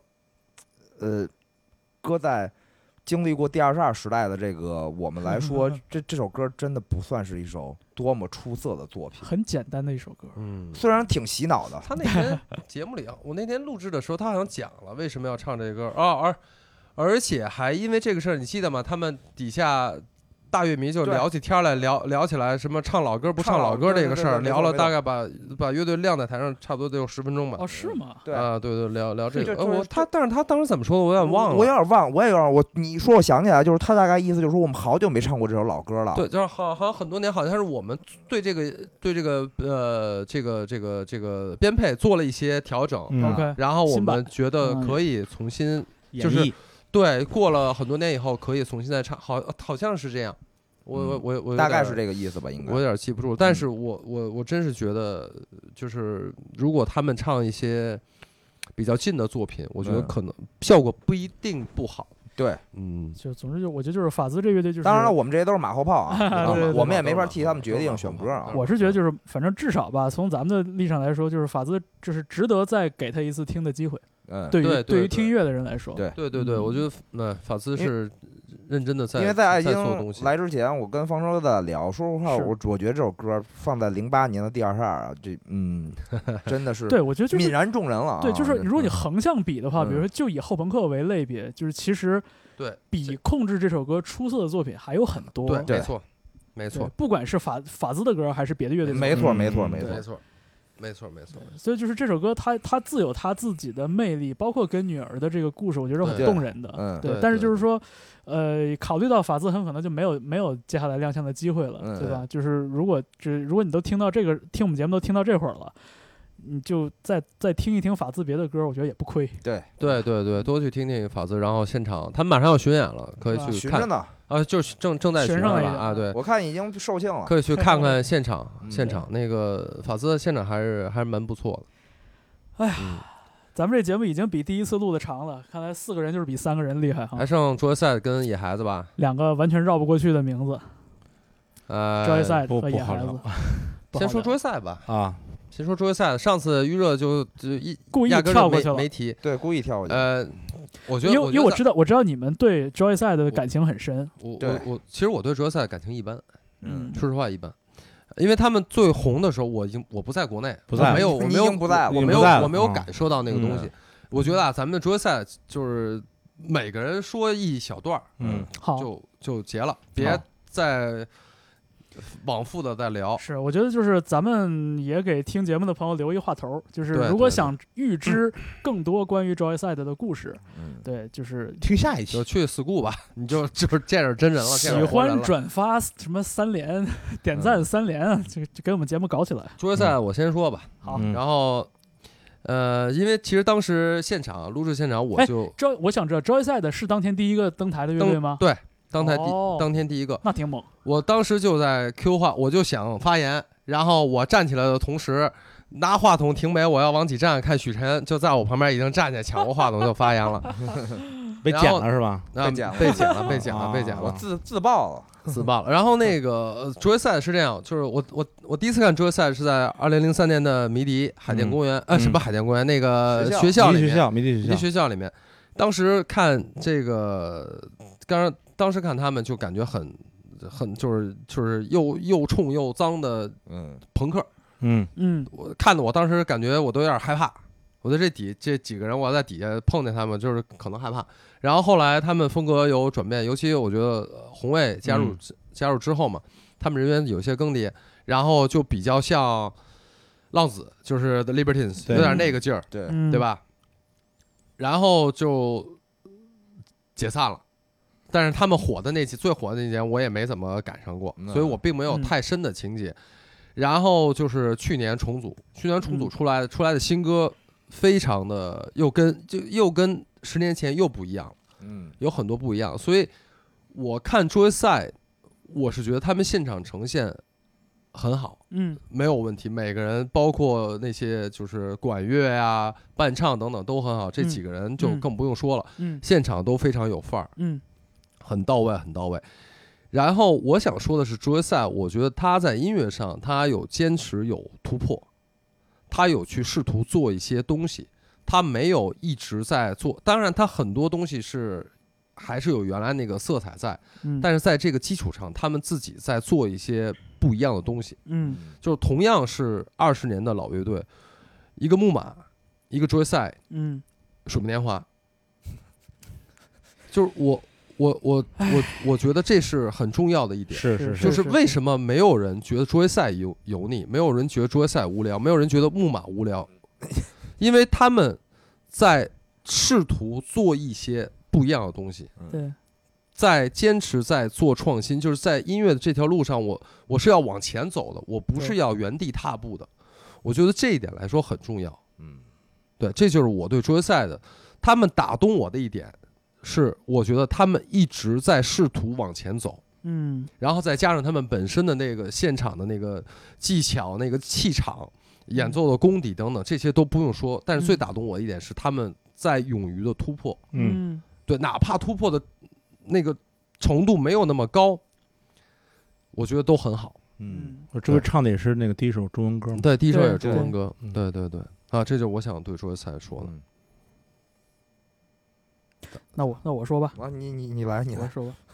搁在经历过第22时代的这个我们来说，这首歌真的不算是一首多么出色的作品， 很简单的一首歌。 虽然挺洗脑的。 他那天节目里，我那天录制的时候，他好像讲了为什么要唱这歌啊，而且还因为这个事儿，你记得吗？他们底下大乐迷就聊起天来，聊起来什么唱老歌不唱老歌这个事儿，聊了大概把乐队晾在台上，差不多得有10分钟吧。 哦，是吗？ 对啊，对，聊这个。但是他当时怎么说的，我有点忘了。 我有点忘，我也有点你说我想起来，就是他大概意思就是说我们好久没唱过这首老歌了。 对，就是好像很多年，好像是我们对这个编配做了一些调整。然后我们觉得可以重新就是对，过了很多年以后可以重新再唱，好像是这样。我大概是这个意思吧，应该。 我有点记不住，但是我真是觉得，就是如果他们唱一些比较近的作品，我觉得可能效果不一定不好。 对， 就总之我觉得就是法兹这乐队就是。 当然了，我们这些都是马后炮啊，我们也没法替他们决定选歌啊。 我是觉得就是，反正至少吧，从咱们的立场来说，就是法兹就是值得再给他一次听的机会。对于听音乐的人来说， 对，我觉得法兹是认真的在， 因为在爱京来之前，我跟方舟在聊，说实话，我觉得这首歌放在08年的第22啊，这真的是对，我觉得就是泯然众人了。 对，就是如果你横向比的话，比如说就以后朋克为类别，就是其实对比控制这首歌出色的作品还有很多。 对，没错， 不管是法兹的歌还是别的乐队的歌， 没错。 没错没错。 所以就是这首歌它自有它自己的魅力，包括跟女儿的这个故事，我觉得很动人的。对，但是就是说，考虑到法兹很可能就没有接下来亮相的机会了，对吧？就是如果你都听到这个，听我们节目都听到这会儿了。你就再听一听法兹别的歌，我觉得也不亏。 对， 多去听听法兹，然后现场他们马上要巡演了，可以去看。就是正在巡了啊！对， 我看已经售罄了， 可以去看看现场。现场那个法兹的现场还是蛮不错的。哎呀，咱们这节目已经比第一次录的长了，看来4个人就是比3个人厉害哈。 还剩Joyside跟野孩子吧，2 个完全绕不过去的名字。Joyside 和野孩子。 先说Joyside吧啊。先说Joyside，上次预热就故意跳过去了， 没提， 对，故意跳过去。 我觉得， 因为我知道你们对 Joyside 的感情很深。 其实我对 Joyside 感情一般，说实话一般，因为他们最红的时候，我不在国内，我没有感受到那个东西。我觉得啊，咱们的 Joyside 就是每个人说一小段， 好， 就结了，别再往复的在聊。 是，我觉得就是咱们也给听节目的朋友留一话头，就是如果想预知更多关于 Joyside 的故事，对，就是听下一期， 就去 school 吧，你就是见着真人了。 喜欢转发什么3连点赞3连啊，就给我们节目搞起来。 Joyside 我先说吧， 好， 然后因为其实当时录制现场我想知道 Joyside 是当天第一个登台的乐队吗？ 对。当天第一个， 那挺猛。 我当时就在 Q 话，我就想发言，然后我站起来的同时，拿话筒停没，我要往起站，看许晨就在我旁边已经站起来抢过话筒就发言了， 被剪了是吧？ 被剪了， 我自爆了。然后那个Joyside是这样，就是我第一次看Joyside是在2003年的迷笛海淀公园，什么海淀公园那个学校里面， 迷笛学校里面，当时看这个当时看他们就感觉很就是又冲又脏的朋克，我看的我当时感觉我都有点害怕，我在这几个人我在底下碰见他们就是可能害怕，然后后来他们风格有转变，尤其我觉得红卫加入之后嘛，他们人员有些更迭，然后就比较像浪子，就是 The Libertines 有点那个劲儿，对吧？然后就解散了。但是他们最火的那年我也没怎么赶上过，所以我并没有太深的情节。然后就是去年重组出来的新歌，非常的又跟10年前又不一样，有很多不一样。所以我看 Joyside， 我是觉得他们现场呈现很好，没有问题，每个人包括那些就是管乐啊、伴唱等等都很好，这几个人就更不用说了，现场都非常有范儿，很到位。然后我想说的是 Joyside， 我觉得他在音乐上他有坚持有突破，他有去试图做一些东西，他没有一直在做，当然他很多东西还是有原来那个色彩在，但是在这个基础上他们自己在做一些不一样的东西，就是同样是20年的老乐队，一个木马，一个 Joyside，水木年华，就是我觉得这是很重要的一点， 是就是为什么没有人觉得 Joyside 油腻，没有人觉得 Joyside 无聊，没有人觉得木马无聊，因为他们在试图做一些不一样的东西， 对， 在坚持在做创新，就是在音乐的这条路上，我是要往前走的，我不是要原地踏步的，我觉得这一点来说很重要，对，这就是我对 Joyside 的他们打动我的一点。是，我觉得他们一直在试图往前走，然后再加上他们本身的那个现场的那个技巧、那个气场、演奏的功底等等，这些都不用说。但是最打动我的一点是他们在勇于的突破，对，哪怕突破的那个程度没有那么高，我觉得都很好。 我这个唱的也是那个第一首中文歌， 对，第一首也是中文歌，对啊，这就是我想对Joyside说的。 那我说吧， 你来说吧。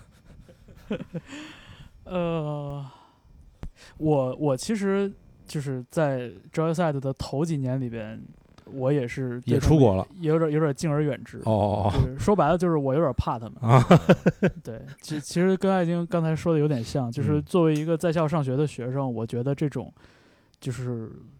我其实就是在 Joyside 的头几年里边，我也出国了， 有点敬而远之。就是说白了就是我有点怕他们。对，其实跟爱京刚才说的有点像，就是作为一个在校上学的学生，我觉得这种就是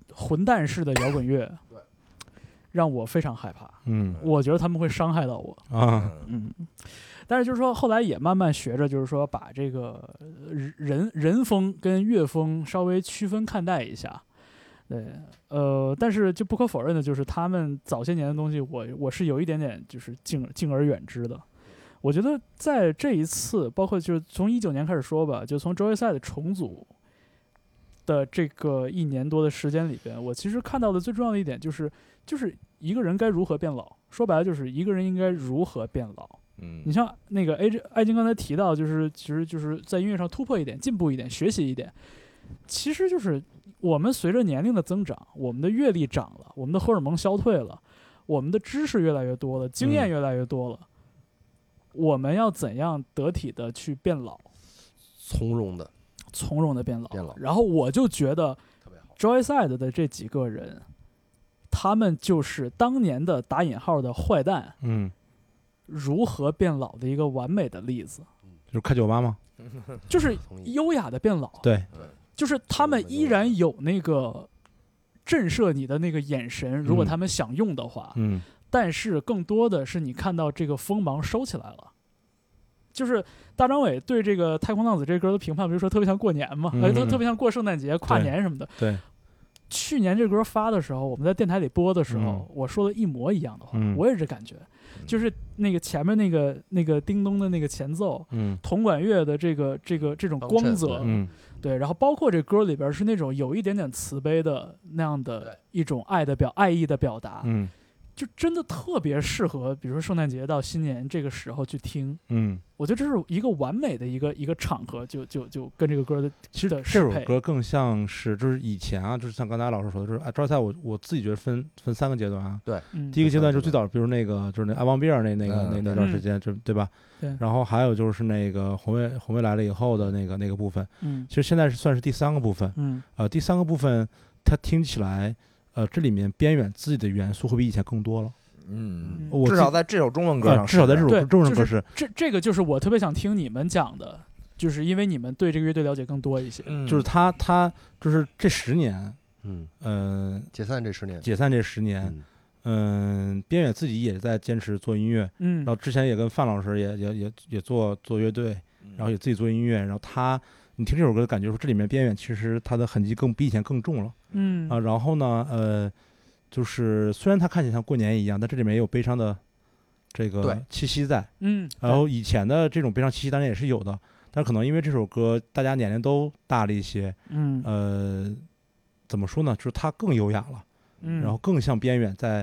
混蛋式的摇滚乐，让我非常害怕。我觉得他们会伤害到我啊。但是就是说后来也慢慢学着，就是说把这个人风跟乐风稍微区分看待一下。对，但是就不可否认的就是他们早些年的东西我是有一点点就是敬而远之的。我觉得在这一次，包括就是从19年开始说吧，就从 Joyside 重组的这个1年多的时间里边，我其实看到的最重要的一点就是一个人该如何变老。说白了就是一个人应该如何变老。你像那个艾金刚才提到，其实就是在音乐上突破一点，进步一点，学习一点。其实就是我们随着年龄的增长，我们的阅历长了，我们的荷尔蒙消退了，我们的知识越来越多了，经验越来越多了。我们要怎样得体的去变老？ 从容的变老。然后我就觉得 Joyside 的这几个人，他们就是当年的打引号的坏蛋，如何变老的一个完美的例子。 就是开酒吧吗？ 就是优雅的变老。 对， 就是他们依然有那个震慑你的那个眼神，如果他们想用的话。但是更多的是你看到这个锋芒收起来了。就是大张伟对这个《太空浪子》这歌的评判，比如说特别像过年嘛，特别像过圣诞节、跨年什么的。 对。 去年这歌发的时候，我们在电台里播的时候，我说的一模一样的话，我也是感觉，就是那个前面那个叮咚的那个前奏，铜管乐的这种光泽，对，然后包括这歌里边是那种有一点点慈悲的那样的一种爱意的表达，就真的特别适合，比如说圣诞节到新年这个时候去听。我觉得这是一个完美的一个场合，就跟这个歌的其实这首歌更像是就是以前啊，就是像刚才老师说的，就是Joyside我自己觉得分3个阶段啊。 对， 第一个阶段就是最早，比如那个就是那I Want Beer那段时间，对吧？ 对。 然后还有就是那个红卫来了以后的那个部分。其实现在算是第3个部分。第3个部分它听起来。这里面边远自己的元素会比以前更多了。 至少在这首中文歌上， 至少在这首中文歌是这个就是我特别想听你们讲的，就是因为你们对这个乐队了解更多一些。 就是他就是这10年， 解散这10 年，边远自己也在坚持做音乐，然后之前也跟范老师也做乐队，然后也自己做音乐，然后你听这首歌的感觉说这里面边远其实他的痕迹比以前更重了。然后呢，就是虽然它看起来像过年一样，但这里面也有悲伤的这个气息在。然后以前的这种悲伤气息当然也是有的，但可能因为这首歌大家年龄都大了一些，怎么说呢？就是它更优雅了，然后更像边远在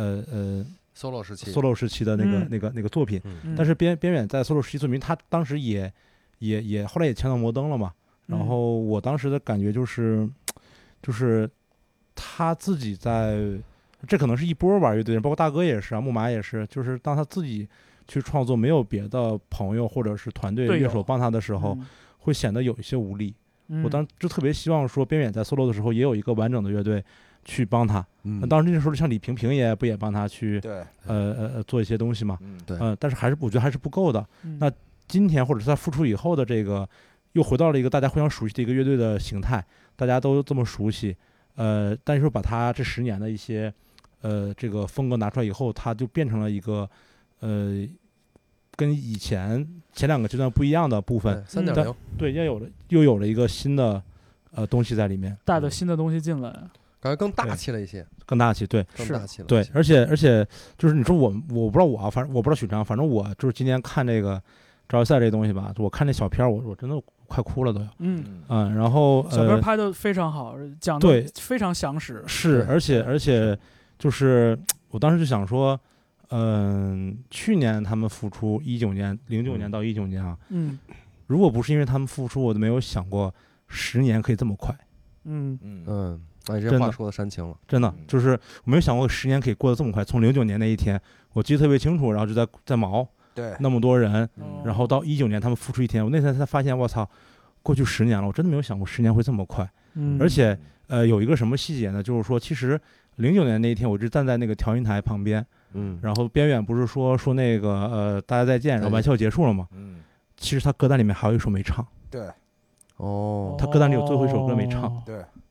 solo 时期的那个作品。但是边远在 solo 时期作品，他当时也后来也签到摩登了嘛。然后我当时的感觉就是他自己这可能是一波玩乐队人，包括大哥也是啊，木马也是，就是当他自己去创作，没有别的朋友或者是团队乐手帮他的时候，会显得有一些无力。我当时就特别希望说边远在 solo 的时候也有一个完整的乐队去帮他。当时那时候像李萍萍也帮他去做一些东西嘛。但是我觉得还是不够的。那今天或者是他复出以后的这个又回到了一个大家互相熟悉的一个乐队的形态，大家都这么熟悉，但是说把他这10年的一些这个风格拿出来以后，他就变成了一个跟以前2个阶段不一样的部分。 3.0， 对，又有了一个新的东西在里面， 带的新的东西进来， 感觉更大气了一些， 更大气，对， 更大气了， 对，而且就是你说我不知道反正我不知道许昌，反正我就是今天看这个招赛这东西吧，我看那小片我真的快哭了都要。然后小片拍的非常好，讲的非常详实。 是，而且就是我当时就想说，去年他们复出09年到19年啊，如果不是因为他们复出，我都没有想过10年可以这么快。 你这话说的煽情了， 真的就是我没有想过10年可以过得这么快。从09年那一天，我记得特别清楚，然后就在毛。 对， 那么多人，然后到19年他们复出一天，我那天才发现，我操，过去10年了，我真的没有想过10年会这么快。而且有一个什么细节呢？就是说，其实09年那一天，我就站在那个调音台旁边，然后边远不是说那个大家再见，然后玩笑结束了吗？其实他歌单里面还有一首没唱。 对， 他歌单里有最后一首歌没唱。 对，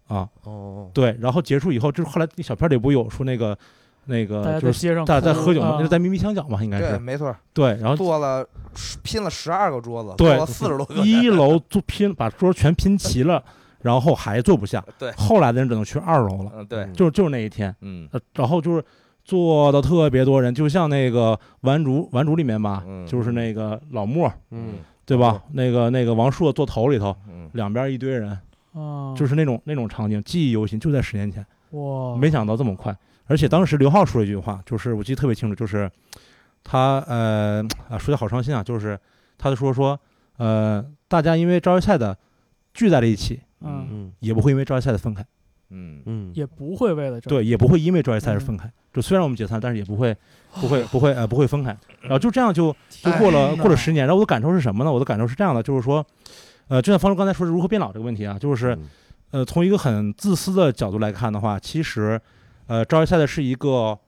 啊。对，然后结束以后，就是后来那小片里不有说那个就是大家在喝酒嘛，就是在咪咪墙角嘛，应该是。 对，没错。 对，然后拼了12个桌子， 对 ，40多个。 1楼把桌全拼齐了，然后还坐不下。 对， 后来的人只能去2楼了。 对， 就是那一天。然后就是坐的特别多人，就像那个顽主里面吧，就是那个老莫，对吧？那个王朔坐头里头，两边一堆人，就是那种场景，记忆犹新，就在10年前。 哇！ 没想到这么快。而且当时刘浩说了一句话，就是我记得特别清楚，就是他说的好伤心啊，就是他就说大家因为招赛的聚在了一起，也不会因为招赛的分开， 也不会为了对，也不会因为招赛而分开。就虽然我们解散，但是也不会分开。然后就这样就过了10年。然后我的感受是什么呢？我的感受是这样的，就是说，就像方舟刚才说的如何变老这个问题啊，就是从一个很自私的角度来看的话，其实。赵一赛的是一个，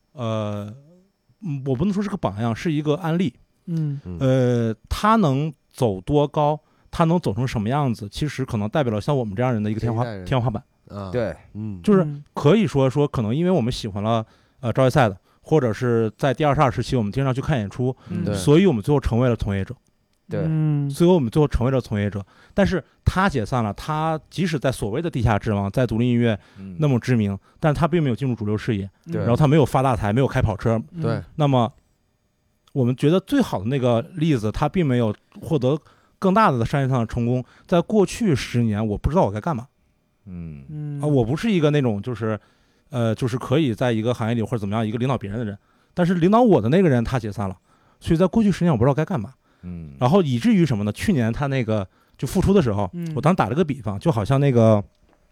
我不能说是个榜样，是一个案例。他能走多高，他能走成什么样子，其实可能代表了像我们这样人的一个天花板。 对， 就是可以说可能因为我们喜欢了赵一赛的，或者是在第22时期我们经常去看演出，所以我们最后成为了从业者。 对， 所以我们最后成为了从业者。但是他解散了，他即使在所谓的地下之王，在独立音乐那么知名，但他并没有进入主流视野，然后他没有发大财，没有开跑车。 对， 那么我们觉得最好的那个例子，他并没有获得更大的商业上的成功。在过去10年，我不知道我该干嘛。我不是一个那种就是可以在一个行业里或者怎么样一个领导别人的人，但是领导我的那个人他解散了，所以在过去10年我不知道该干嘛。然后以至于什么呢？去年他那个就复出的时候，我当时打了个比方，就好像那个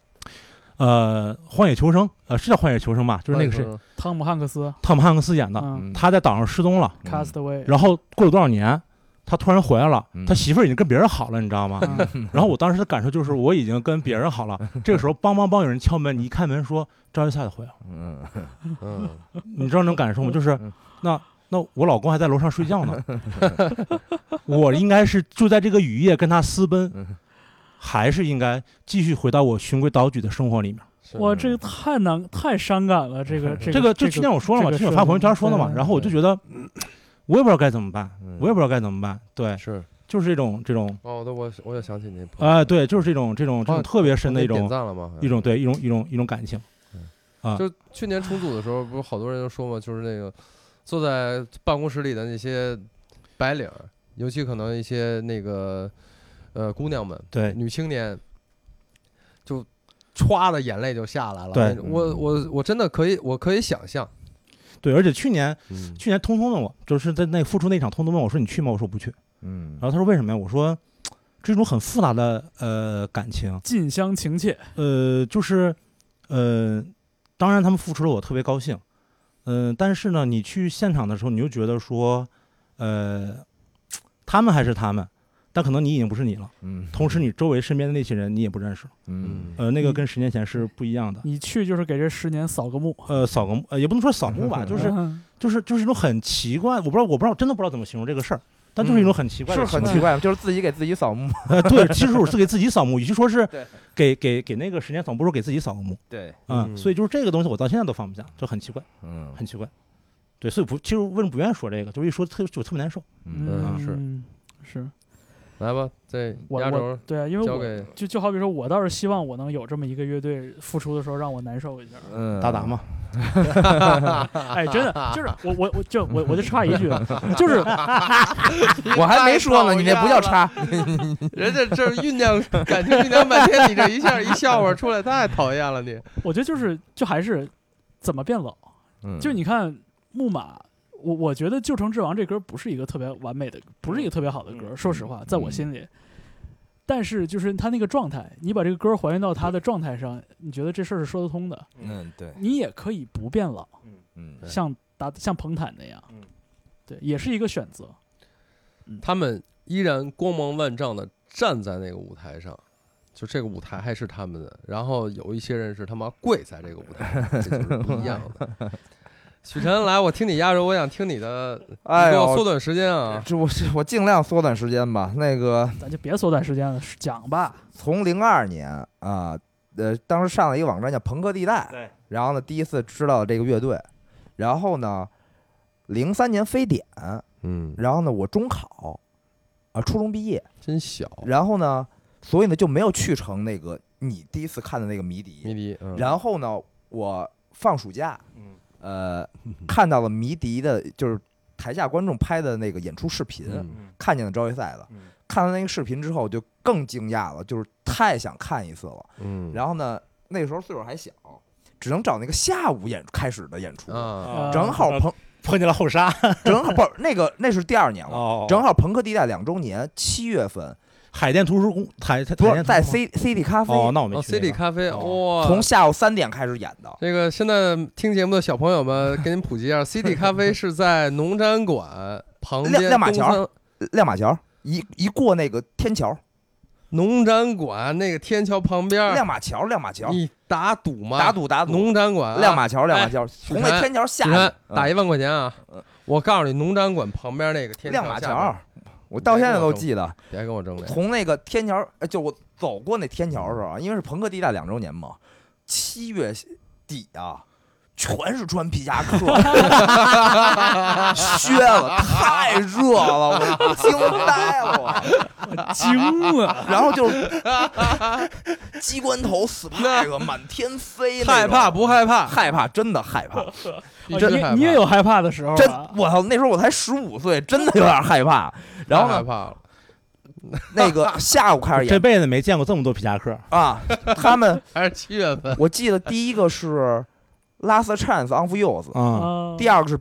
荒野求生，是叫荒野求生吧？就是那个是汤姆汉克斯演的，他在岛上失踪了，然后过了多少年，他突然回来了，他媳妇儿已经跟别人好了，你知道吗？然后我当时的感受就是我已经跟别人好了，这个时候梆梆梆有人敲门，你一开门说赵一赛的回来了，你知道那种感受吗？就是那我老公还在楼上睡觉呢，我应该是就在这个雨夜跟他私奔，还是应该继续回到我循规蹈矩的生活里面？ 哇，这个太伤感了，这个就今天我说了嘛，今天我发朋友圈说了嘛，然后我就觉得我也不知道该怎么办，对， 是就是这种我也想起那对，就是这种特别深的一种感情就去年重组的时候，不是好多人都说嘛，就是那个。坐在办公室里的那些白领，尤其可能一些那个姑娘们， 对女青年，就歘的眼泪就下来了。 对， 我真的可以想象。 对，而且去年通通问我，就是在那复出那场，通通问我说你去吗？我说不去。然后他说为什么呀？我说这种很复杂的感情， 近乡情切。 就是当然他们复出了，我特别高兴。但是呢，你去现场的时候，你就觉得说，他们还是他们，但可能你已经不是你了。同时你周围身边的那些人你也不认识。那个跟10年前是不一样的。 你去就是给这10年扫个墓。 也不能说扫墓吧，就是一种很奇怪，我不知道，真的不知道怎么形容这个事儿。但就是一种很奇怪的， 是很奇怪，就是自己给自己扫墓。 对，其实我是给自己扫墓，与其说是给那个10年扫墓，不如给自己扫个墓。 对， 所以就是这个东西，我到现在都放不下，就很奇怪，很奇怪。对，所以其实为什么不愿意说这个，就是一说特别难受。 是。 来吧，在压轴。 对啊，因为就好比说，我倒是希望我能有这么一个乐队复出的时候让我难受一下。 达嘛。 哎，真的就是我就插一句，就是我还没说呢，你那不叫插， 人家这酝酿感情酝酿半天，你这一下一笑话出来，太讨厌了你。 我觉得就还是怎么变老，就你看木马。我觉得《旧城之王》这歌不是一个特别完美的，不是一个特别好的歌，说实话，在我心里。但是就是他那个状态，你把这个歌还原到他的状态上，你觉得这事儿是说得通的。 对。 你也可以不变老，像彭坦那样，对，也是一个选择。 他们依然光芒万丈的站在那个舞台上，就这个舞台还是他们的。然后有一些人是他妈跪在这个舞台上，这就是不一样的。许晨，来，我听你压轴，我想听你的。哎呦，缩短时间啊！ 我尽量缩短时间吧。那个， 咱就别缩短时间了，讲吧。 从02年啊， 当时上了一个网站叫朋克地带， 对， 然后呢第一次知道这个乐队，然后呢03年非典，然后呢我中考，初中毕业， 真小， 然后呢，所以呢就没有去成那个你第一次看的那个迷笛，然后呢我放暑假，看到了迷笛的，就是台下观众拍的那个演出视频，看见了招业赛的，看了那个视频之后就更惊讶了，就是太想看一次了，然后呢那个时候岁数还小，只能找那个下午开始的演出，正好碰见了后沙， 正好不是那是第2年了，正好朋克地带2周年，7月份。 海淀图书宫， 不是在 CD 咖啡那我没去。 CD 咖啡哇， 从下午3点开始演的。 这个现在听节目的小朋友们，给您普及一下，CD 咖啡是在农展馆旁边， 亮马桥一过那个天桥， 农展馆那个天桥旁边， 亮马桥， 你打赌吗？ 打赌， 农展馆， 亮马桥，从那天桥下去， 打1万块钱啊！我告诉你，农展馆旁边那个天桥， 亮马桥。我到现在都记得， 别跟我争脸。 从那个天桥，就我走过那天桥的时候，因为是朋克地带2周年嘛，7月底啊，全是穿皮夹克，靴子太热了，我惊呆了， 我惊了。 然后就是机关头、Spike 满天飞， 害怕不害怕？ 害怕，真的害怕。 你也有害怕的时候， 真我操！那时候我才15岁，真的有点害怕。然后呢， 害怕了。 那个下午开始演， 这辈子没见过这么多皮夹克啊！他们还是7月份， 我记得第一个是 Last Chance on Youth，第2个是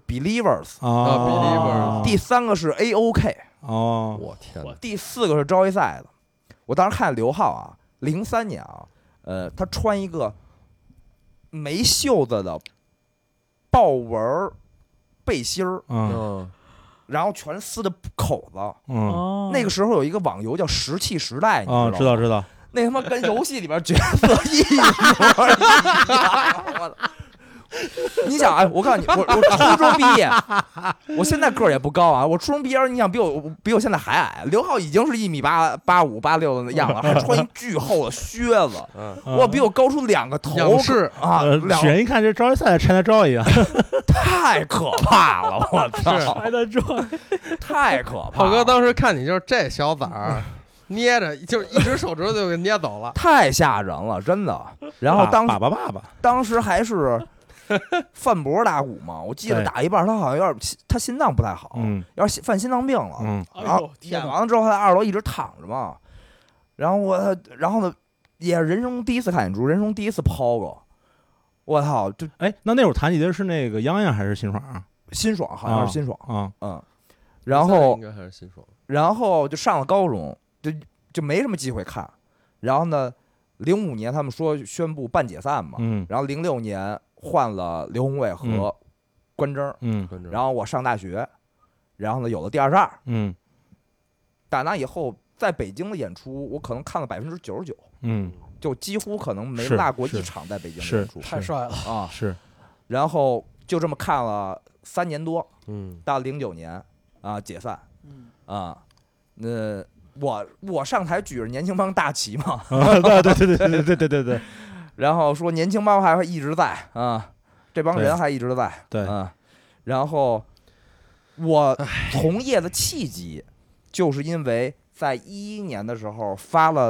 Believers， 第3个是 AOK， 我天哪， 第4个是招业赛的。我当时看刘浩啊，03年啊，他穿一个没袖子的豹纹背心儿，然后全撕的口子，那个时候有一个网游叫《石器时代》，你知道吗？ 知道。 那他妈跟游戏里边角色一模一样。你想啊，我告诉你，我初中毕业，我现在个儿也不高啊。我初中毕业，你想比我现在还矮。刘浩已经是1.85米、86的样子，还穿一巨厚的靴子，我比我高出2个头啊！ 人一看这招业赛拆的招一样， 太可怕了！我操， 拆的招太可怕了。 炮哥当时看你就是这小崽儿。捏着，就一只手指头就给捏走了， 太吓人了，真的。然后爸爸， 当时还是范博打鼓嘛，我记得打一半，他好像有点他心脏不太好，要是犯心脏病了。然后演完了之后，他在2楼一直躺着嘛。然后呢，也是人生第一次看演出，人生第一次抛过。我操！就那会儿弹吉的是那个泱泱还是辛爽啊？ 辛爽好像是辛爽啊， 然后应该还是辛爽。然后就上了高中。就没什么机会看，然后呢，05年他们说宣布半解散嘛，然后06年换了刘宏伟和关征，然后我上大学，然后呢有了第22，打那以后在北京的演出，我可能看了99%，就几乎可能没落过一场在北京的演出， 太帅了啊！ 是， 然后就这么看了3年多，到09年啊解散，那。我上台举着年轻帮大旗嘛， 对， 然后说年轻帮还会一直在啊，这帮人还一直在， 对啊，然后我从业的契机，就是因为在11年的时候发了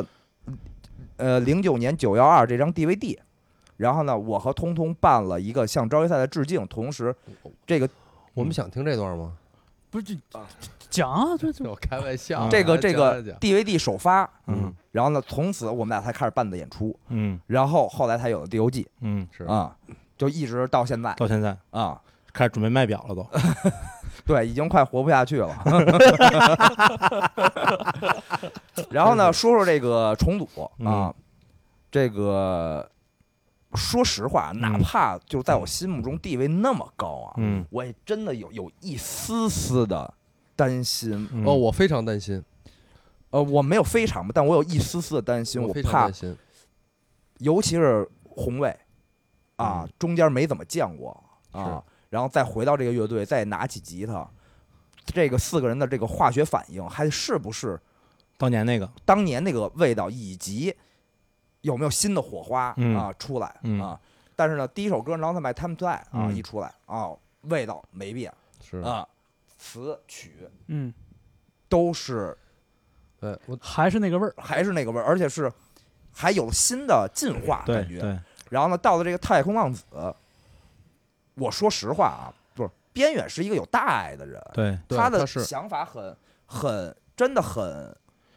09年912这张 DVD， 然后呢，我和通通办了一个向招业赛的致敬，同时这个我们想听这段吗？ 不是讲啊，这我开玩笑。 这个 DVD 首发，然后呢，从此我们俩才开始办的演出，然后后来才有了 DOG， 是啊，就一直到现在啊， 开始准备卖表了都， 对，已经快活不下去了。然后呢，说这个重组啊，这个说实话，哪怕就在我心目中地位那么高啊，我也真的有一丝丝的担心。 我非常担心。 我没有非常，但我有一丝丝的担心，我怕，尤其是宏伟啊，中间没怎么见过啊，然后再回到这个乐队，再拿起吉他，这个4个人的这个化学反应，还是不是当年那个味道，以及有没有新的火花啊出来啊？但是呢，第一首歌《Not My Time to Die》啊一出来啊，味道没变， 是啊，词曲都是， 还是那个味儿， 还是那个味儿，而且是还有新的进化感觉。 对。 然后呢，到了这个太空浪子，我说实话啊，就是边远是一个有大爱的人， 对， 他的想法真的很，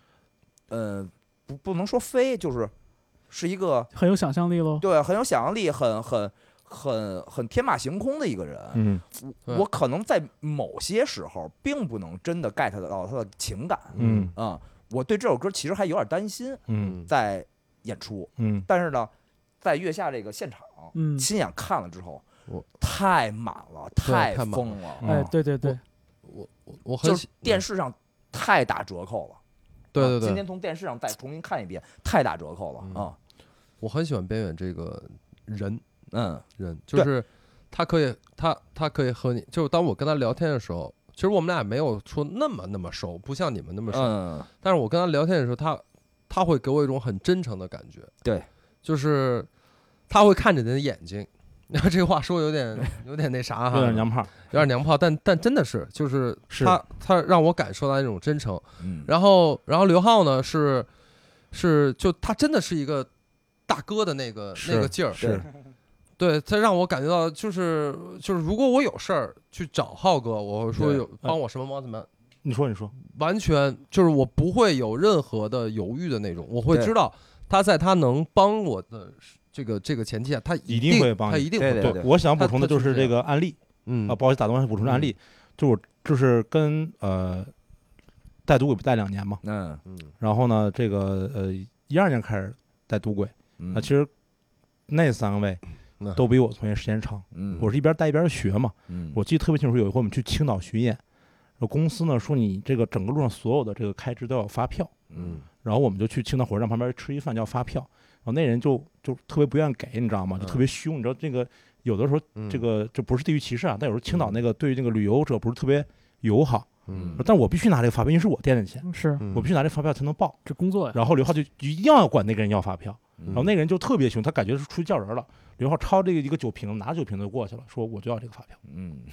不能说飞，是一个很有想象力喽。 对，很有想象力，很天马行空的一个人。我可能在某些时候并不能真的 get 到他的情感。我对这首歌其实还有点担心。在演出。但是呢，在月下这个现场，亲眼看了之后，太满了，太疯了。 哎，对， 我就是电视上太打折扣了。 对， 今天从电视上再重新看一遍，太打折扣了。 我很喜欢边远这个人，人就是他可以和你，就是当我跟他聊天的时候，其实我们俩没有说那么熟，不像你们那么熟。但是我跟他聊天的时候，他会给我一种很真诚的感觉。 对， 就是他会看着你的眼睛。然后这个话说有点那啥哈， 有点娘炮， 但真的是，就是他让我感受到那种真诚。然后刘浩呢是就他真的是一个大哥的那个劲儿，对，他让我感觉到就是如果我有事儿去找浩哥，我会说帮我什么忙。 你说， 完全就是我不会有任何的犹豫的那种，我会知道他在他能帮我的这个前提下，他一定会帮你， 他一定会。 对，我想补充的就是这个案例。不好意思打断，补充的案例，就是跟带赌鬼不带2年嘛。然后呢，这个12年开始带赌鬼，那其实那3位都比我从业时间长。我是一边带一边学嘛。我记得特别清楚，有一回我们去青岛巡演，公司呢说你这个整个路上所有的这个开支都要发票。然后我们就去青岛火车站旁边吃一饭叫发票。然后那人就特别不愿意给，你知道吗？就特别凶。你知道这个有的时候这个就不是地域歧视啊，但有时候青岛那个对于这个旅游者不是特别友好。但我必须拿这个发票，因为是我垫的钱，我必须拿这发票才能报， 这工作呀。 然后刘浩就一定要管那个人要发票，然后那个人就特别凶，他感觉是出去叫人了。刘浩抄这个一个酒瓶，拿酒瓶就过去了，说我就要这个发票。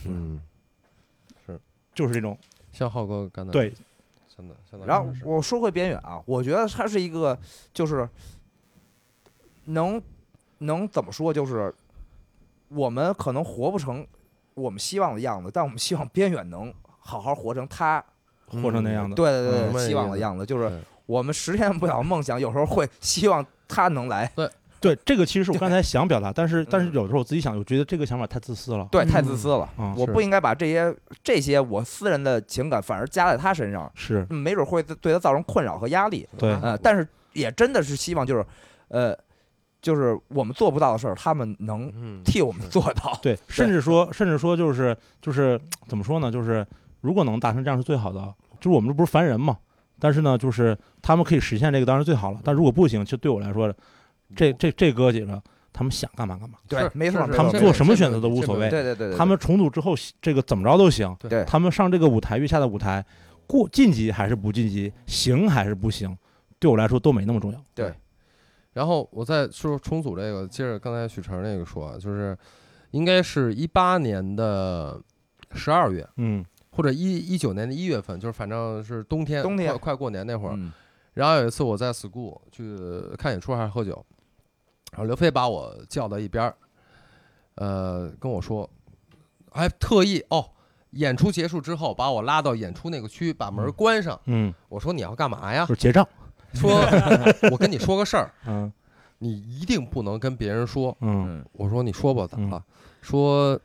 是， 就是这种像浩哥干的。 对， 真的。 然后我说回边远啊，我觉得他是一个就是能怎么说，就是我们可能活不成我们希望的样子，但我们希望边远能好好活成他活成那样子。 对，希望的样子，就是我们实现不了梦想，有时候会希望他能来。 对，这个其实是我刚才想表达，但是有的时候我自己想，我觉得这个想法太自私了。 对，太自私了。我不应该把这些我私人的情感反而加在他身上， 是没准会对他造成困扰和压力。 对， 但是也真的是希望就是我们做不到的事儿，他们能替我们做到。 对，甚至说就是怎么说呢？就是如果能达成这样是最好的。就是我们不是凡人嘛，但是呢，就是他们可以实现这个当然最好了。但如果不行，就对我来说，这哥几个他们想干嘛干嘛。 对，没错， 他们做什么选择都无所谓。 对， 他们重组之后，这个怎么着都行。 对， 他们上这个舞台，月下的舞台，晋级还是不晋级，行还是不行，对我来说都没那么重要。 对。然后我再说重组这个，接着刚才许成那个说，就是应该是18年的12月，或者19年的1月份，就是反正是冬天快过年那会儿。然后有一次我在 school 去看演出还是喝酒，然后刘飞把我叫到一边，跟我说，还特意演出结束之后把我拉到演出那个区，把门关上。我说你要干嘛呀？ 就是结账。 说我跟你说个事儿，你一定不能跟别人说。我说你说吧，怎么了？说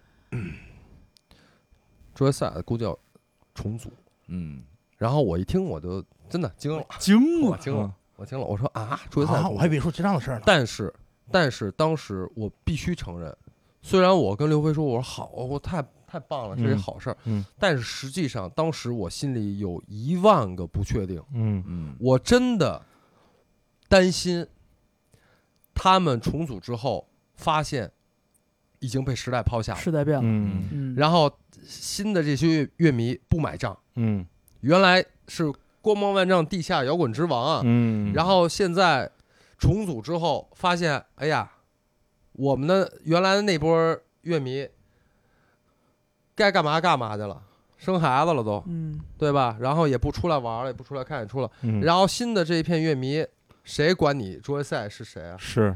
周杰赛估计要重组。然后我一听我就真的惊了。我说啊，周杰赛， 我还以为说结账的事儿呢。 但是当时我必须承认，虽然我跟刘飞说我说好，我太棒了，这是好事儿。但是实际上当时我心里有10000个不确定。我真的担心他们重组之后发现已经被时代抛下了， 时代变了。 然后新的这些乐迷不买账。原来是光芒万丈地下摇滚之王啊。然后现在重组之后发现，哎呀，我们的原来的那波乐迷该干嘛干嘛去了，生孩子了都，对吧？然后也不出来玩了，也不出来看演出了。然后新的这一片乐迷，谁管你桌赛是谁啊？ 是，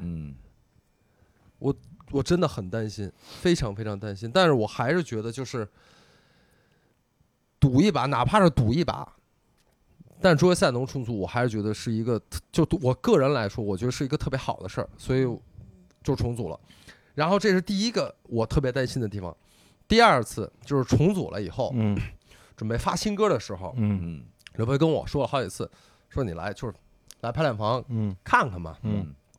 我真的很担心，非常非常担心。但是我还是觉得就是赌一把，哪怕是赌一把。但桌赛能重组，我还是觉得是一个，就我个人来说，我觉得是一个特别好的事儿，所以就重组了。然后这是第一个我特别担心的地方。第二次就是重组了以后，准备发新歌的时候，刘培跟我说了好几次，说你来就是来排练房，看看嘛，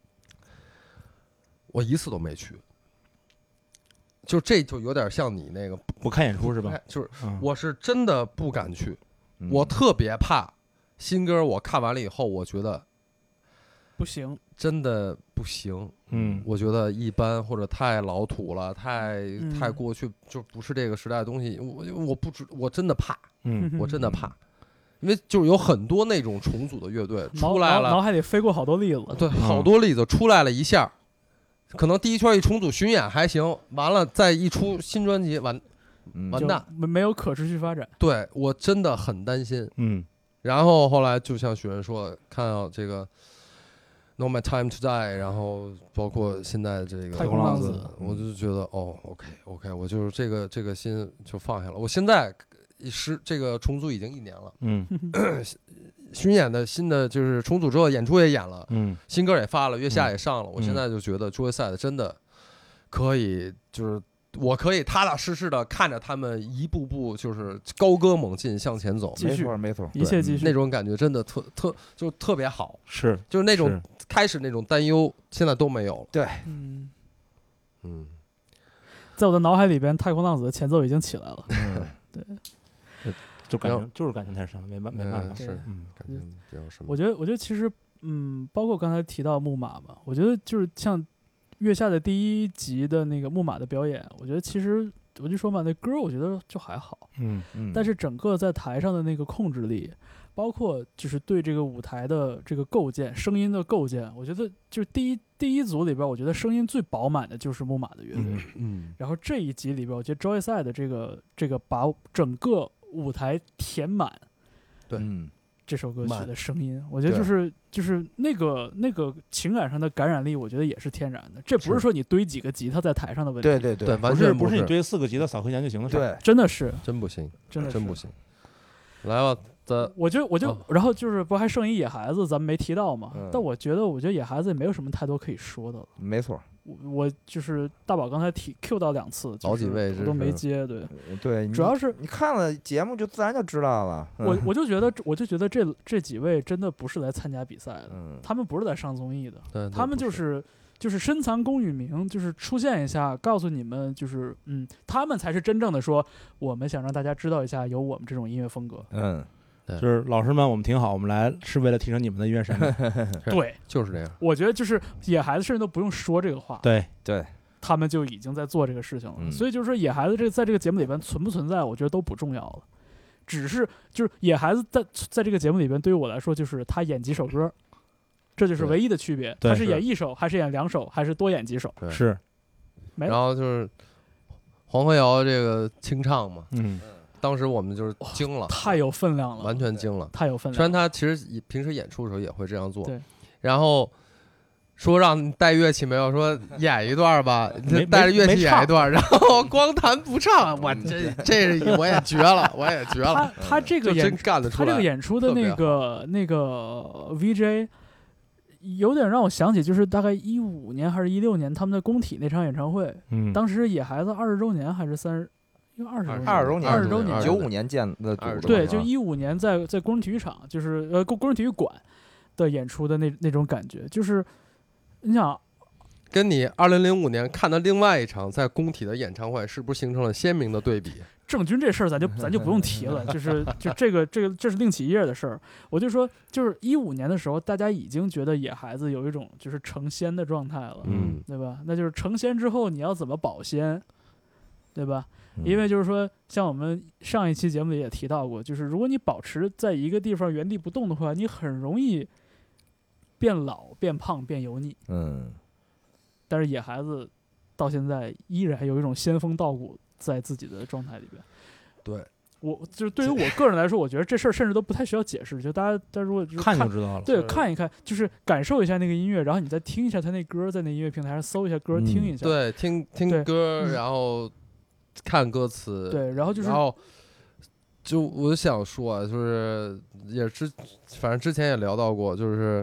我一次都没去。就这就有点像你那个不看演出是吧？ 就是我是真的不敢去，我特别怕。新歌我看完了以后，我觉得不行， 真的不行。我觉得一般或者太老土了，太过去，就不是这个时代的东西。我真的怕，我真的怕，因为就是有很多那种重组的乐队出来了， 脑海里飞过好多例子， 对，好多例子出来了一下，可能第一圈一重组巡演还行，完了再一出新专辑完蛋， 没有可持续发展。 对，我真的很担心。然后后来就像许愿说，看到这个 No My Time to Die， 然后包括现在这个太空浪子， 我就觉得OK， 我就是这个心就放下了。我现在这个重组已经1年了，巡演的新的就是重组之后演出也演了，新歌也发了，月下也上了。我现在就觉得桌赛的真的可以就是。我可以踏踏实实的看着他们一步步就是高歌猛进向前走， 没错， 一切继续， 那种感觉真的特别好，就是那种开始那种担忧，现在都没有了。 对， 在我的脑海里边，太空浪子的前奏已经起来了。对， 就感情太深了，没办法。 是，感觉比较深。 我觉得其实，包括刚才提到木马嘛，我觉得就是像。月下的第一集的那个木马的表演，我觉得其实我就说嘛，那歌我觉得就还好，但是整个在台上的那个控制力，包括就是对这个舞台的这个构建，声音的构建，我觉得就是第一组里边，我觉得声音最饱满的就是木马的乐队，然后这一集里边，我觉得 Joyside 的这个把整个舞台填满， 对， 这首歌曲的声音，我觉得就是那个情感上的感染力，我觉得也是天然的。这不是说你堆几个吉他在台上的问题， 对，完全不是你堆4个吉他扫和弦就行了， 对， 真的是真不行， 真不行。来吧， 我就然后就是不还剩一野孩子，咱们没提到嘛？但我觉得野孩子也没有什么太多可以说的了。 没错。 我就是大宝刚才Q 到2次， 好几位都没接，对，主要是你看了节目就自然就知道了。 我就觉得这几位真的不是来参加比赛的，他们不是来上综艺的，他们就是深藏功与名，就是出现一下，告诉你们，就是他们才是真正的说，我们想让大家知道一下有我们这种音乐风格。 就是老师们，我们挺好，我们来是为了提升你们的音乐审美。 对， 就是这样。 我觉得就是野孩子甚至都不用说这个话， 对， 他们就已经在做这个事情了。所以就是说，野孩子在这个节目里边存不存在，我觉得都不重要了。只是就是野孩子在这个节目里边，对于我来说，就是他演几首歌，这就是唯一的区别。他是演1首，还是演2首，还是多演几首？ 是。 然后就是黄河谣这个清唱嘛，当时我们就是惊了， 太有分量了， 完全惊了， 太有分量。 虽然他其实平时演出的时候也会这样做， 对。 然后说让你带乐器没有，说演一段吧，带着乐器演一段，然后光弹不唱，我这我也绝了，我也绝了。 他这个真干得出来， 他这个演出的那个 VJ 有点让我想起，就是大概15年还是16年他们在工体那场演唱会，当时野孩子20周年还是30。因为20周年 ，95年建的组， 对，就15年在工人体育场，就是工人体育馆的演出的那种感觉，就是你想， 跟你2005年看的另外一场在工体的演唱会，是不是形成了鲜明的对比？ 郑钧这事儿咱就不用提了，就这个这是另起一页的事儿。我就说，就是15年的时候，大家已经觉得野孩子有一种就是成仙的状态了，对吧？那就是成仙之后你要怎么保鲜，对吧？因为就是说，像我们上一期节目里也提到过，就是如果你保持在一个地方原地不动的话，你很容易变老、变胖、变油腻。但是野孩子到现在依然有一种仙风道骨在自己的状态里边。 对。 我就是对于我个人来说，我觉得这事儿甚至都不太需要解释，就大家如果就是看就知道了。 对，看一看，就是感受一下那个音乐，然后你再听一下他那歌，在那音乐平台上搜一下歌，听一下。 对，听歌，然后看歌词。 对，然后就是， 然后就我想说啊，就是反正之前也聊到过，就是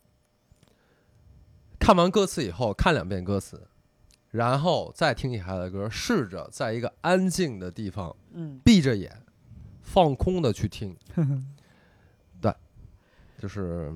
看完歌词以后，看2遍歌词。然后再听野孩子的歌，试着在一个安静的地方，闭着眼，放空的去听。对，就是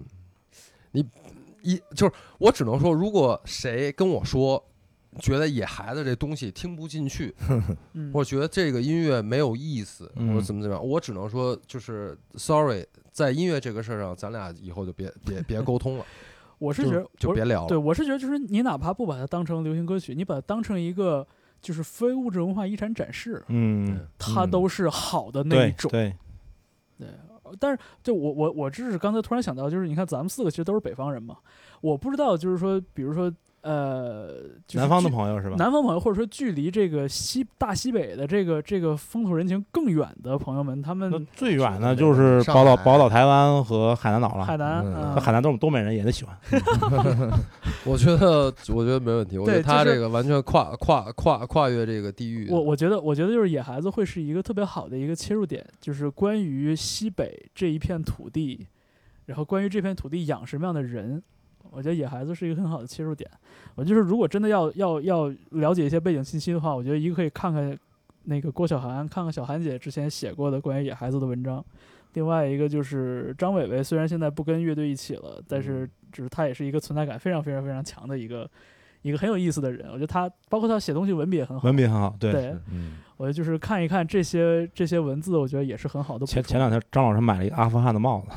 就是我只能说，如果谁跟我说觉得野孩子这东西听不进去，或者觉得这个音乐没有意思，或者怎么样，我只能说就是 sorry， 在音乐这个事儿上，咱俩以后就别沟通了。 我是觉得就别聊了。 对，我是觉得就是你哪怕不把它当成流行歌曲，你把它当成一个就是非物质文化遗产展示，它都是好的那一种。 对。 但是就我只是刚才突然想到，就是你看咱们4个其实都是北方人嘛，我不知道就是说，比如说就是南方的朋友是吧？ 南方朋友，或者说距离这个大西北的这个风土人情更远的朋友们，他们最远的就是宝岛台湾和海南岛了。 海南， 海南东北人也得喜欢。 我觉得没问题。我觉得他这个完全跨越这个地域。 我觉得就是野孩子会是一个特别好的一个切入点，就是关于西北这一片土地，然后关于这片土地养什么样的人。我觉得野孩子是一个很好的切入点。我就是如果真的要了解一些背景信息的话，我觉得一个可以看看那个郭晓涵，看看小涵姐之前写过的关于野孩子的文章。另外一个就是张伟伟，虽然现在不跟乐队一起了，但是就是他也是一个存在感非常非常非常强的一个很有意思的人。我觉得他包括他写东西文笔也很好， 文笔很好。对， 我觉得就是看一看这些文字，我觉得也是很好的。 前2天张老师买了一个阿富汗的帽子。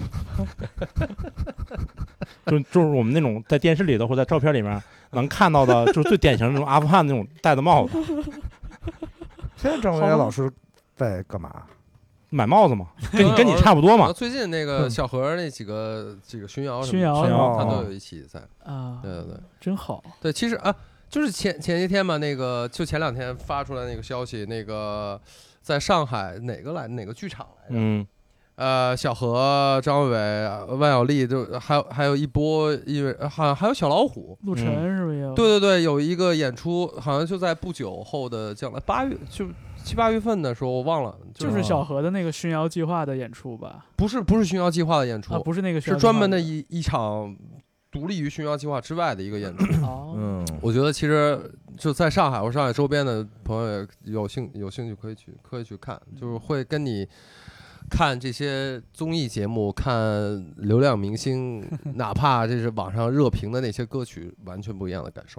就是我们那种在电视里头或者在照片里面能看到的，就是最典型的那种阿富汗那种戴的帽子。 现在张伟老师在干嘛？ 买帽子嘛，跟你差不多嘛。 最近那个小何那几个巡摇他都有一起在啊。对， 真好。 对，其实啊，就是前些天嘛，那个就前2天发出来那个消息，那个在上海哪个剧场来着？小何、张伟、万晓利，就还有一波音乐，好像还有小老虎、 陆晨是不是有？ 对，有一个演出，好像就在不久后的将来8月，就7、8月份的时候，我忘了， 就是小何的那个巡摇计划的演出吧？ 不是巡摇计划的演出， 不是那个， 是专门的一场独立于巡摇计划之外的一个演出。我觉得其实就在上海或上海周边的朋友也有兴趣可以去看，就是会跟你看这些综艺节目，看流量明星，哪怕这是网上热评的那些歌曲，完全不一样的感受。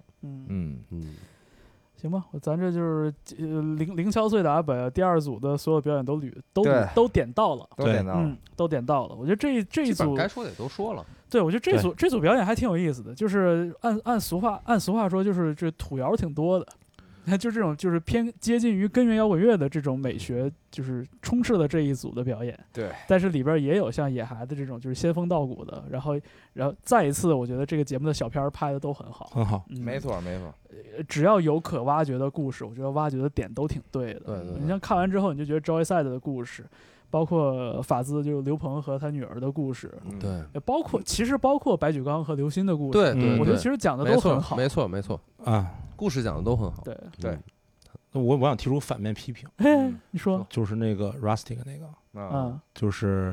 行吧，咱这就是零敲碎打把第2组的所有表演都点到了，都点到了。我觉得这一组该说的也都说了。 对，我觉得这组表演还挺有意思的，就是按俗话说，就是这土窑挺多的。就这种就是偏接近于根源摇滚乐的这种美学，就是充斥了这一组的表演。 对， 但是里边也有像野孩子这种就是仙风道骨的，然后再一次，我觉得这个节目的小片拍的都很好， 很好， 没错。 只要有可挖掘的故事，我觉得挖掘的点都挺对的。 对， 你像看完之后，你就觉得 Joyside 的故事，包括法兹就是刘鹏和他女儿的故事， 对， 包括白举纲和刘鑫的故事， 对， 我觉得其实讲的都很好， 没错啊。 故事讲的都很好。 对， 我想提出反面批评。 你说， 就是那个 Rustic 那个，就是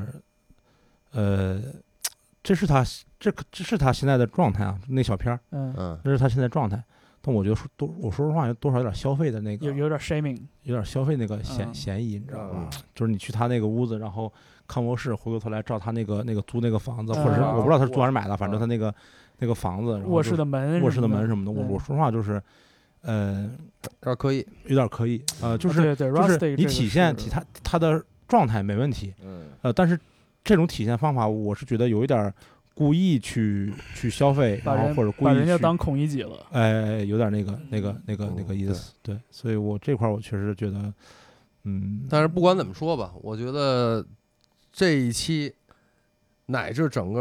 这是他现在的状态啊，那小片儿，这是他现在状态。但我觉得我说实话，多少有点消费的那个， 有点 shaming， 有点消费那个嫌疑，你知道吧？就是你去他那个屋子，然后看卧室，回过头来照他那个租那个房子，或者是我不知道他是租还是买的，反正他那个房子， 卧室的门什么的，我说实话就是，有点可以，就是你体现他的状态没问题，但是这种体现方法，我是觉得有一点故意去消费，然后或者故意把人家当孔乙己了， 有点那个意思，对，所以我这块我确实觉得， 但是不管怎么说吧，我觉得这一期乃至整个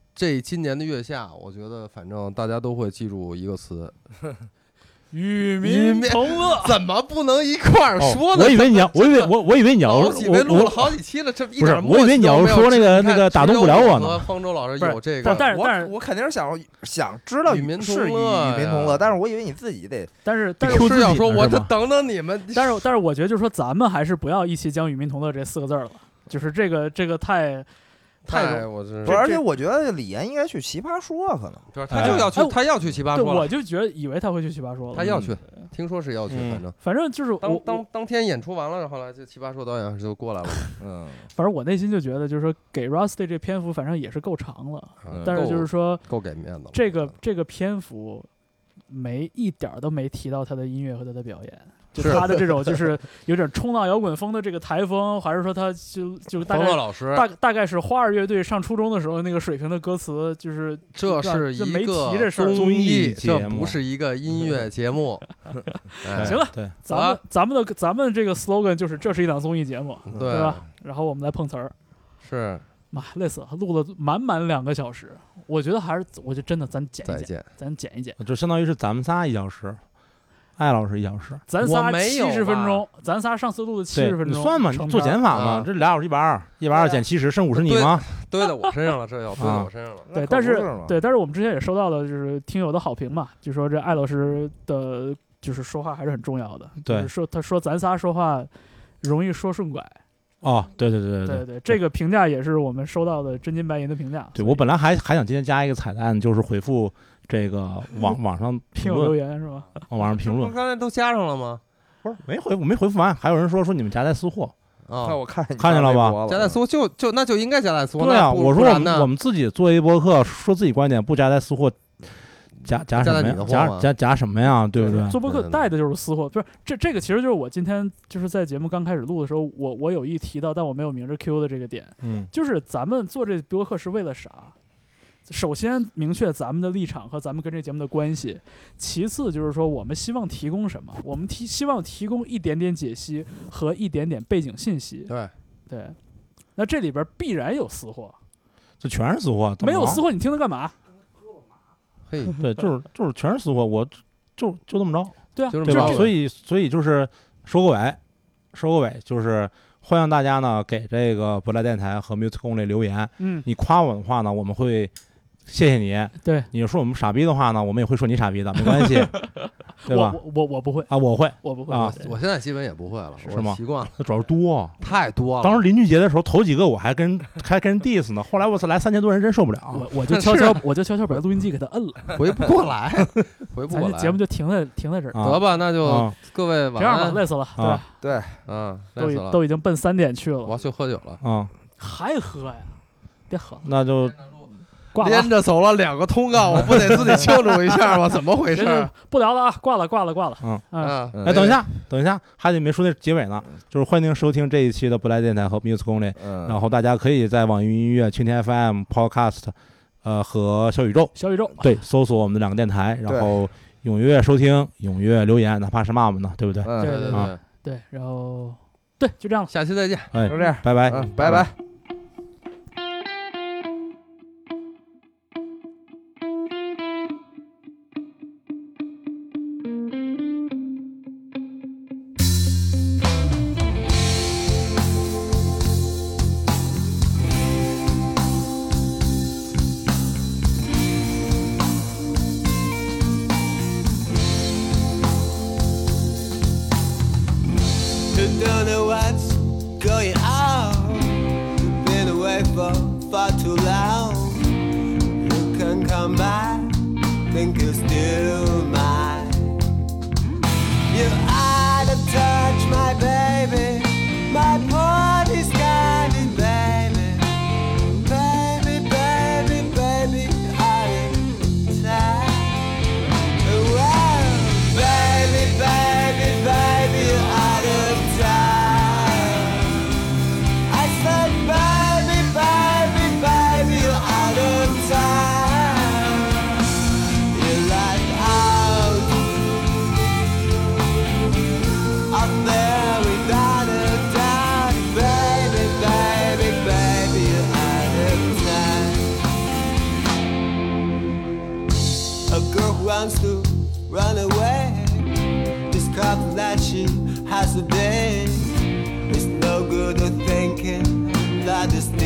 今年的月下，我觉得反正大家都会记住一个词。 与民同乐， 怎么不能一块儿说呢？ 我以为你要，我以为你要， 我录了好几期了，这一点我以为你要说那个打动不了我呢。 方舟老师有这个， 但是我肯定是想知道与民同乐，但是我以为你自己得， 但是是要说我就等等你们， 但是我觉得就是说咱们还是不要一起将与民同乐这4个字了，就是这个太。 而且我觉得李岩应该去奇葩说，可能他就要去，他要去奇葩说。 我就以为他会去奇葩说了， 他要去，听说是要去， 反正就是当天演出完了，后来就奇葩说导演就过来了。 反正我内心就觉得，就是说给 Rusty 这篇幅，反正也是够长了，但是就是说够给面子。 这个篇幅一点都没提到他的音乐和他的表演。就他的这种就是有点冲浪摇滚风的这个台风，还是说他就大概老师大概是花儿乐队上初中的时候那个水平的歌词，就是这是一个综艺节目， 这不是一个音乐节目。 行了，对，咱们这个 slogan 就是这是一档综艺节目，对吧？然后我们来碰瓷儿， 是妈累死了，录了满2个小时，我觉得真的咱剪一剪， 就相当于是咱们仨1小时。艾老师1小时， 咱仨70分钟，咱仨上次录的70分钟， 你算嘛，做减法嘛，这2小时120减70剩50你吗？ 堆在我身上了，这要堆在我身上了。 对，但是我们之前也收到了就是听友的好评嘛，就说这艾老师的就是说话还是很重要的。 对， 他说咱仨说话容易说顺拐。 哦，对， 这个评价也是我们收到的真金白银的评价。 对，我本来还想今天加一个彩蛋，就是回复这个网上评论留言是吧？ 网上评论， 刚才都加上了吗？ 不是，没回复完，还有人说你们夹带私货啊，我看见了吧？ 夹带私货那就应该夹带私货。 对啊，我说我们自己做一播客，说自己观点，不夹带私货。夹什么呀？夹什么呀？对不对？ 做播客带的就是私货，不是这个其实就是我今天就是在节目刚开始录的时候，我有意提到，但我没有明着 Q 的这个点，就是咱们做这播客是为了啥？首先明确咱们的立场和咱们跟这节目的关系，其次就是说我们希望提供什么？我们希望提供一点点解析和一点点背景信息。对，那这里边必然有私货， 这全是私货， 没有私货你听它干嘛？ 对，就是全是私货，我就这么着， 对啊， 对吧？所以就是收个尾，就是欢迎大家呢给这个不赖电台和 Music Only 留言，你夸我的话呢，我们会谢谢你。 对， 你说我们傻逼的话呢，我们也会说你傻逼的，没关系，对吧？ 我不会啊，我不会啊， 我现在基本也不会了， 是吗？ 习惯了， 那主要是多， 太多了。 当时邻居节的时候，头几个我还跟人 diss 呢，后来我操，来3000多人真受不了， 我就悄悄把录音机给他摁了， 回不过来， 咱节目就停在这儿， 得吧？那就各位晚安， 这样吧，累死了， 对， 累死了， 都已经奔3点去了， 我要去喝酒了， 还喝呀？别喝了， 那就。 连着走了2个通告，我不得自己庆祝一下吗？怎么回事？ 不聊了啊，挂了。 哎，等一下，还得没说那结尾呢，就是欢迎收听这一期的不赖电台和 Music Only，然后大家可以在网易云音乐、蜻蜓 FM、Podcast，和小宇宙对搜索我们的2个电台，然后踊跃收听，踊跃留言，哪怕是骂我们呢，对不对？ 对，然后对，就这样了， 下期再见， 就这样， 拜拜， 拜拜。 Don't know what's going on. Been away for far too long. You can come back, think you're still mine. You out of touch, my baby. My body's got it, baby. Baby, baby, baby, are you tired? Well, baby, baby, baby, you're out of time. I said, baby, baby, baby, you're out of time. You're like, oh, by this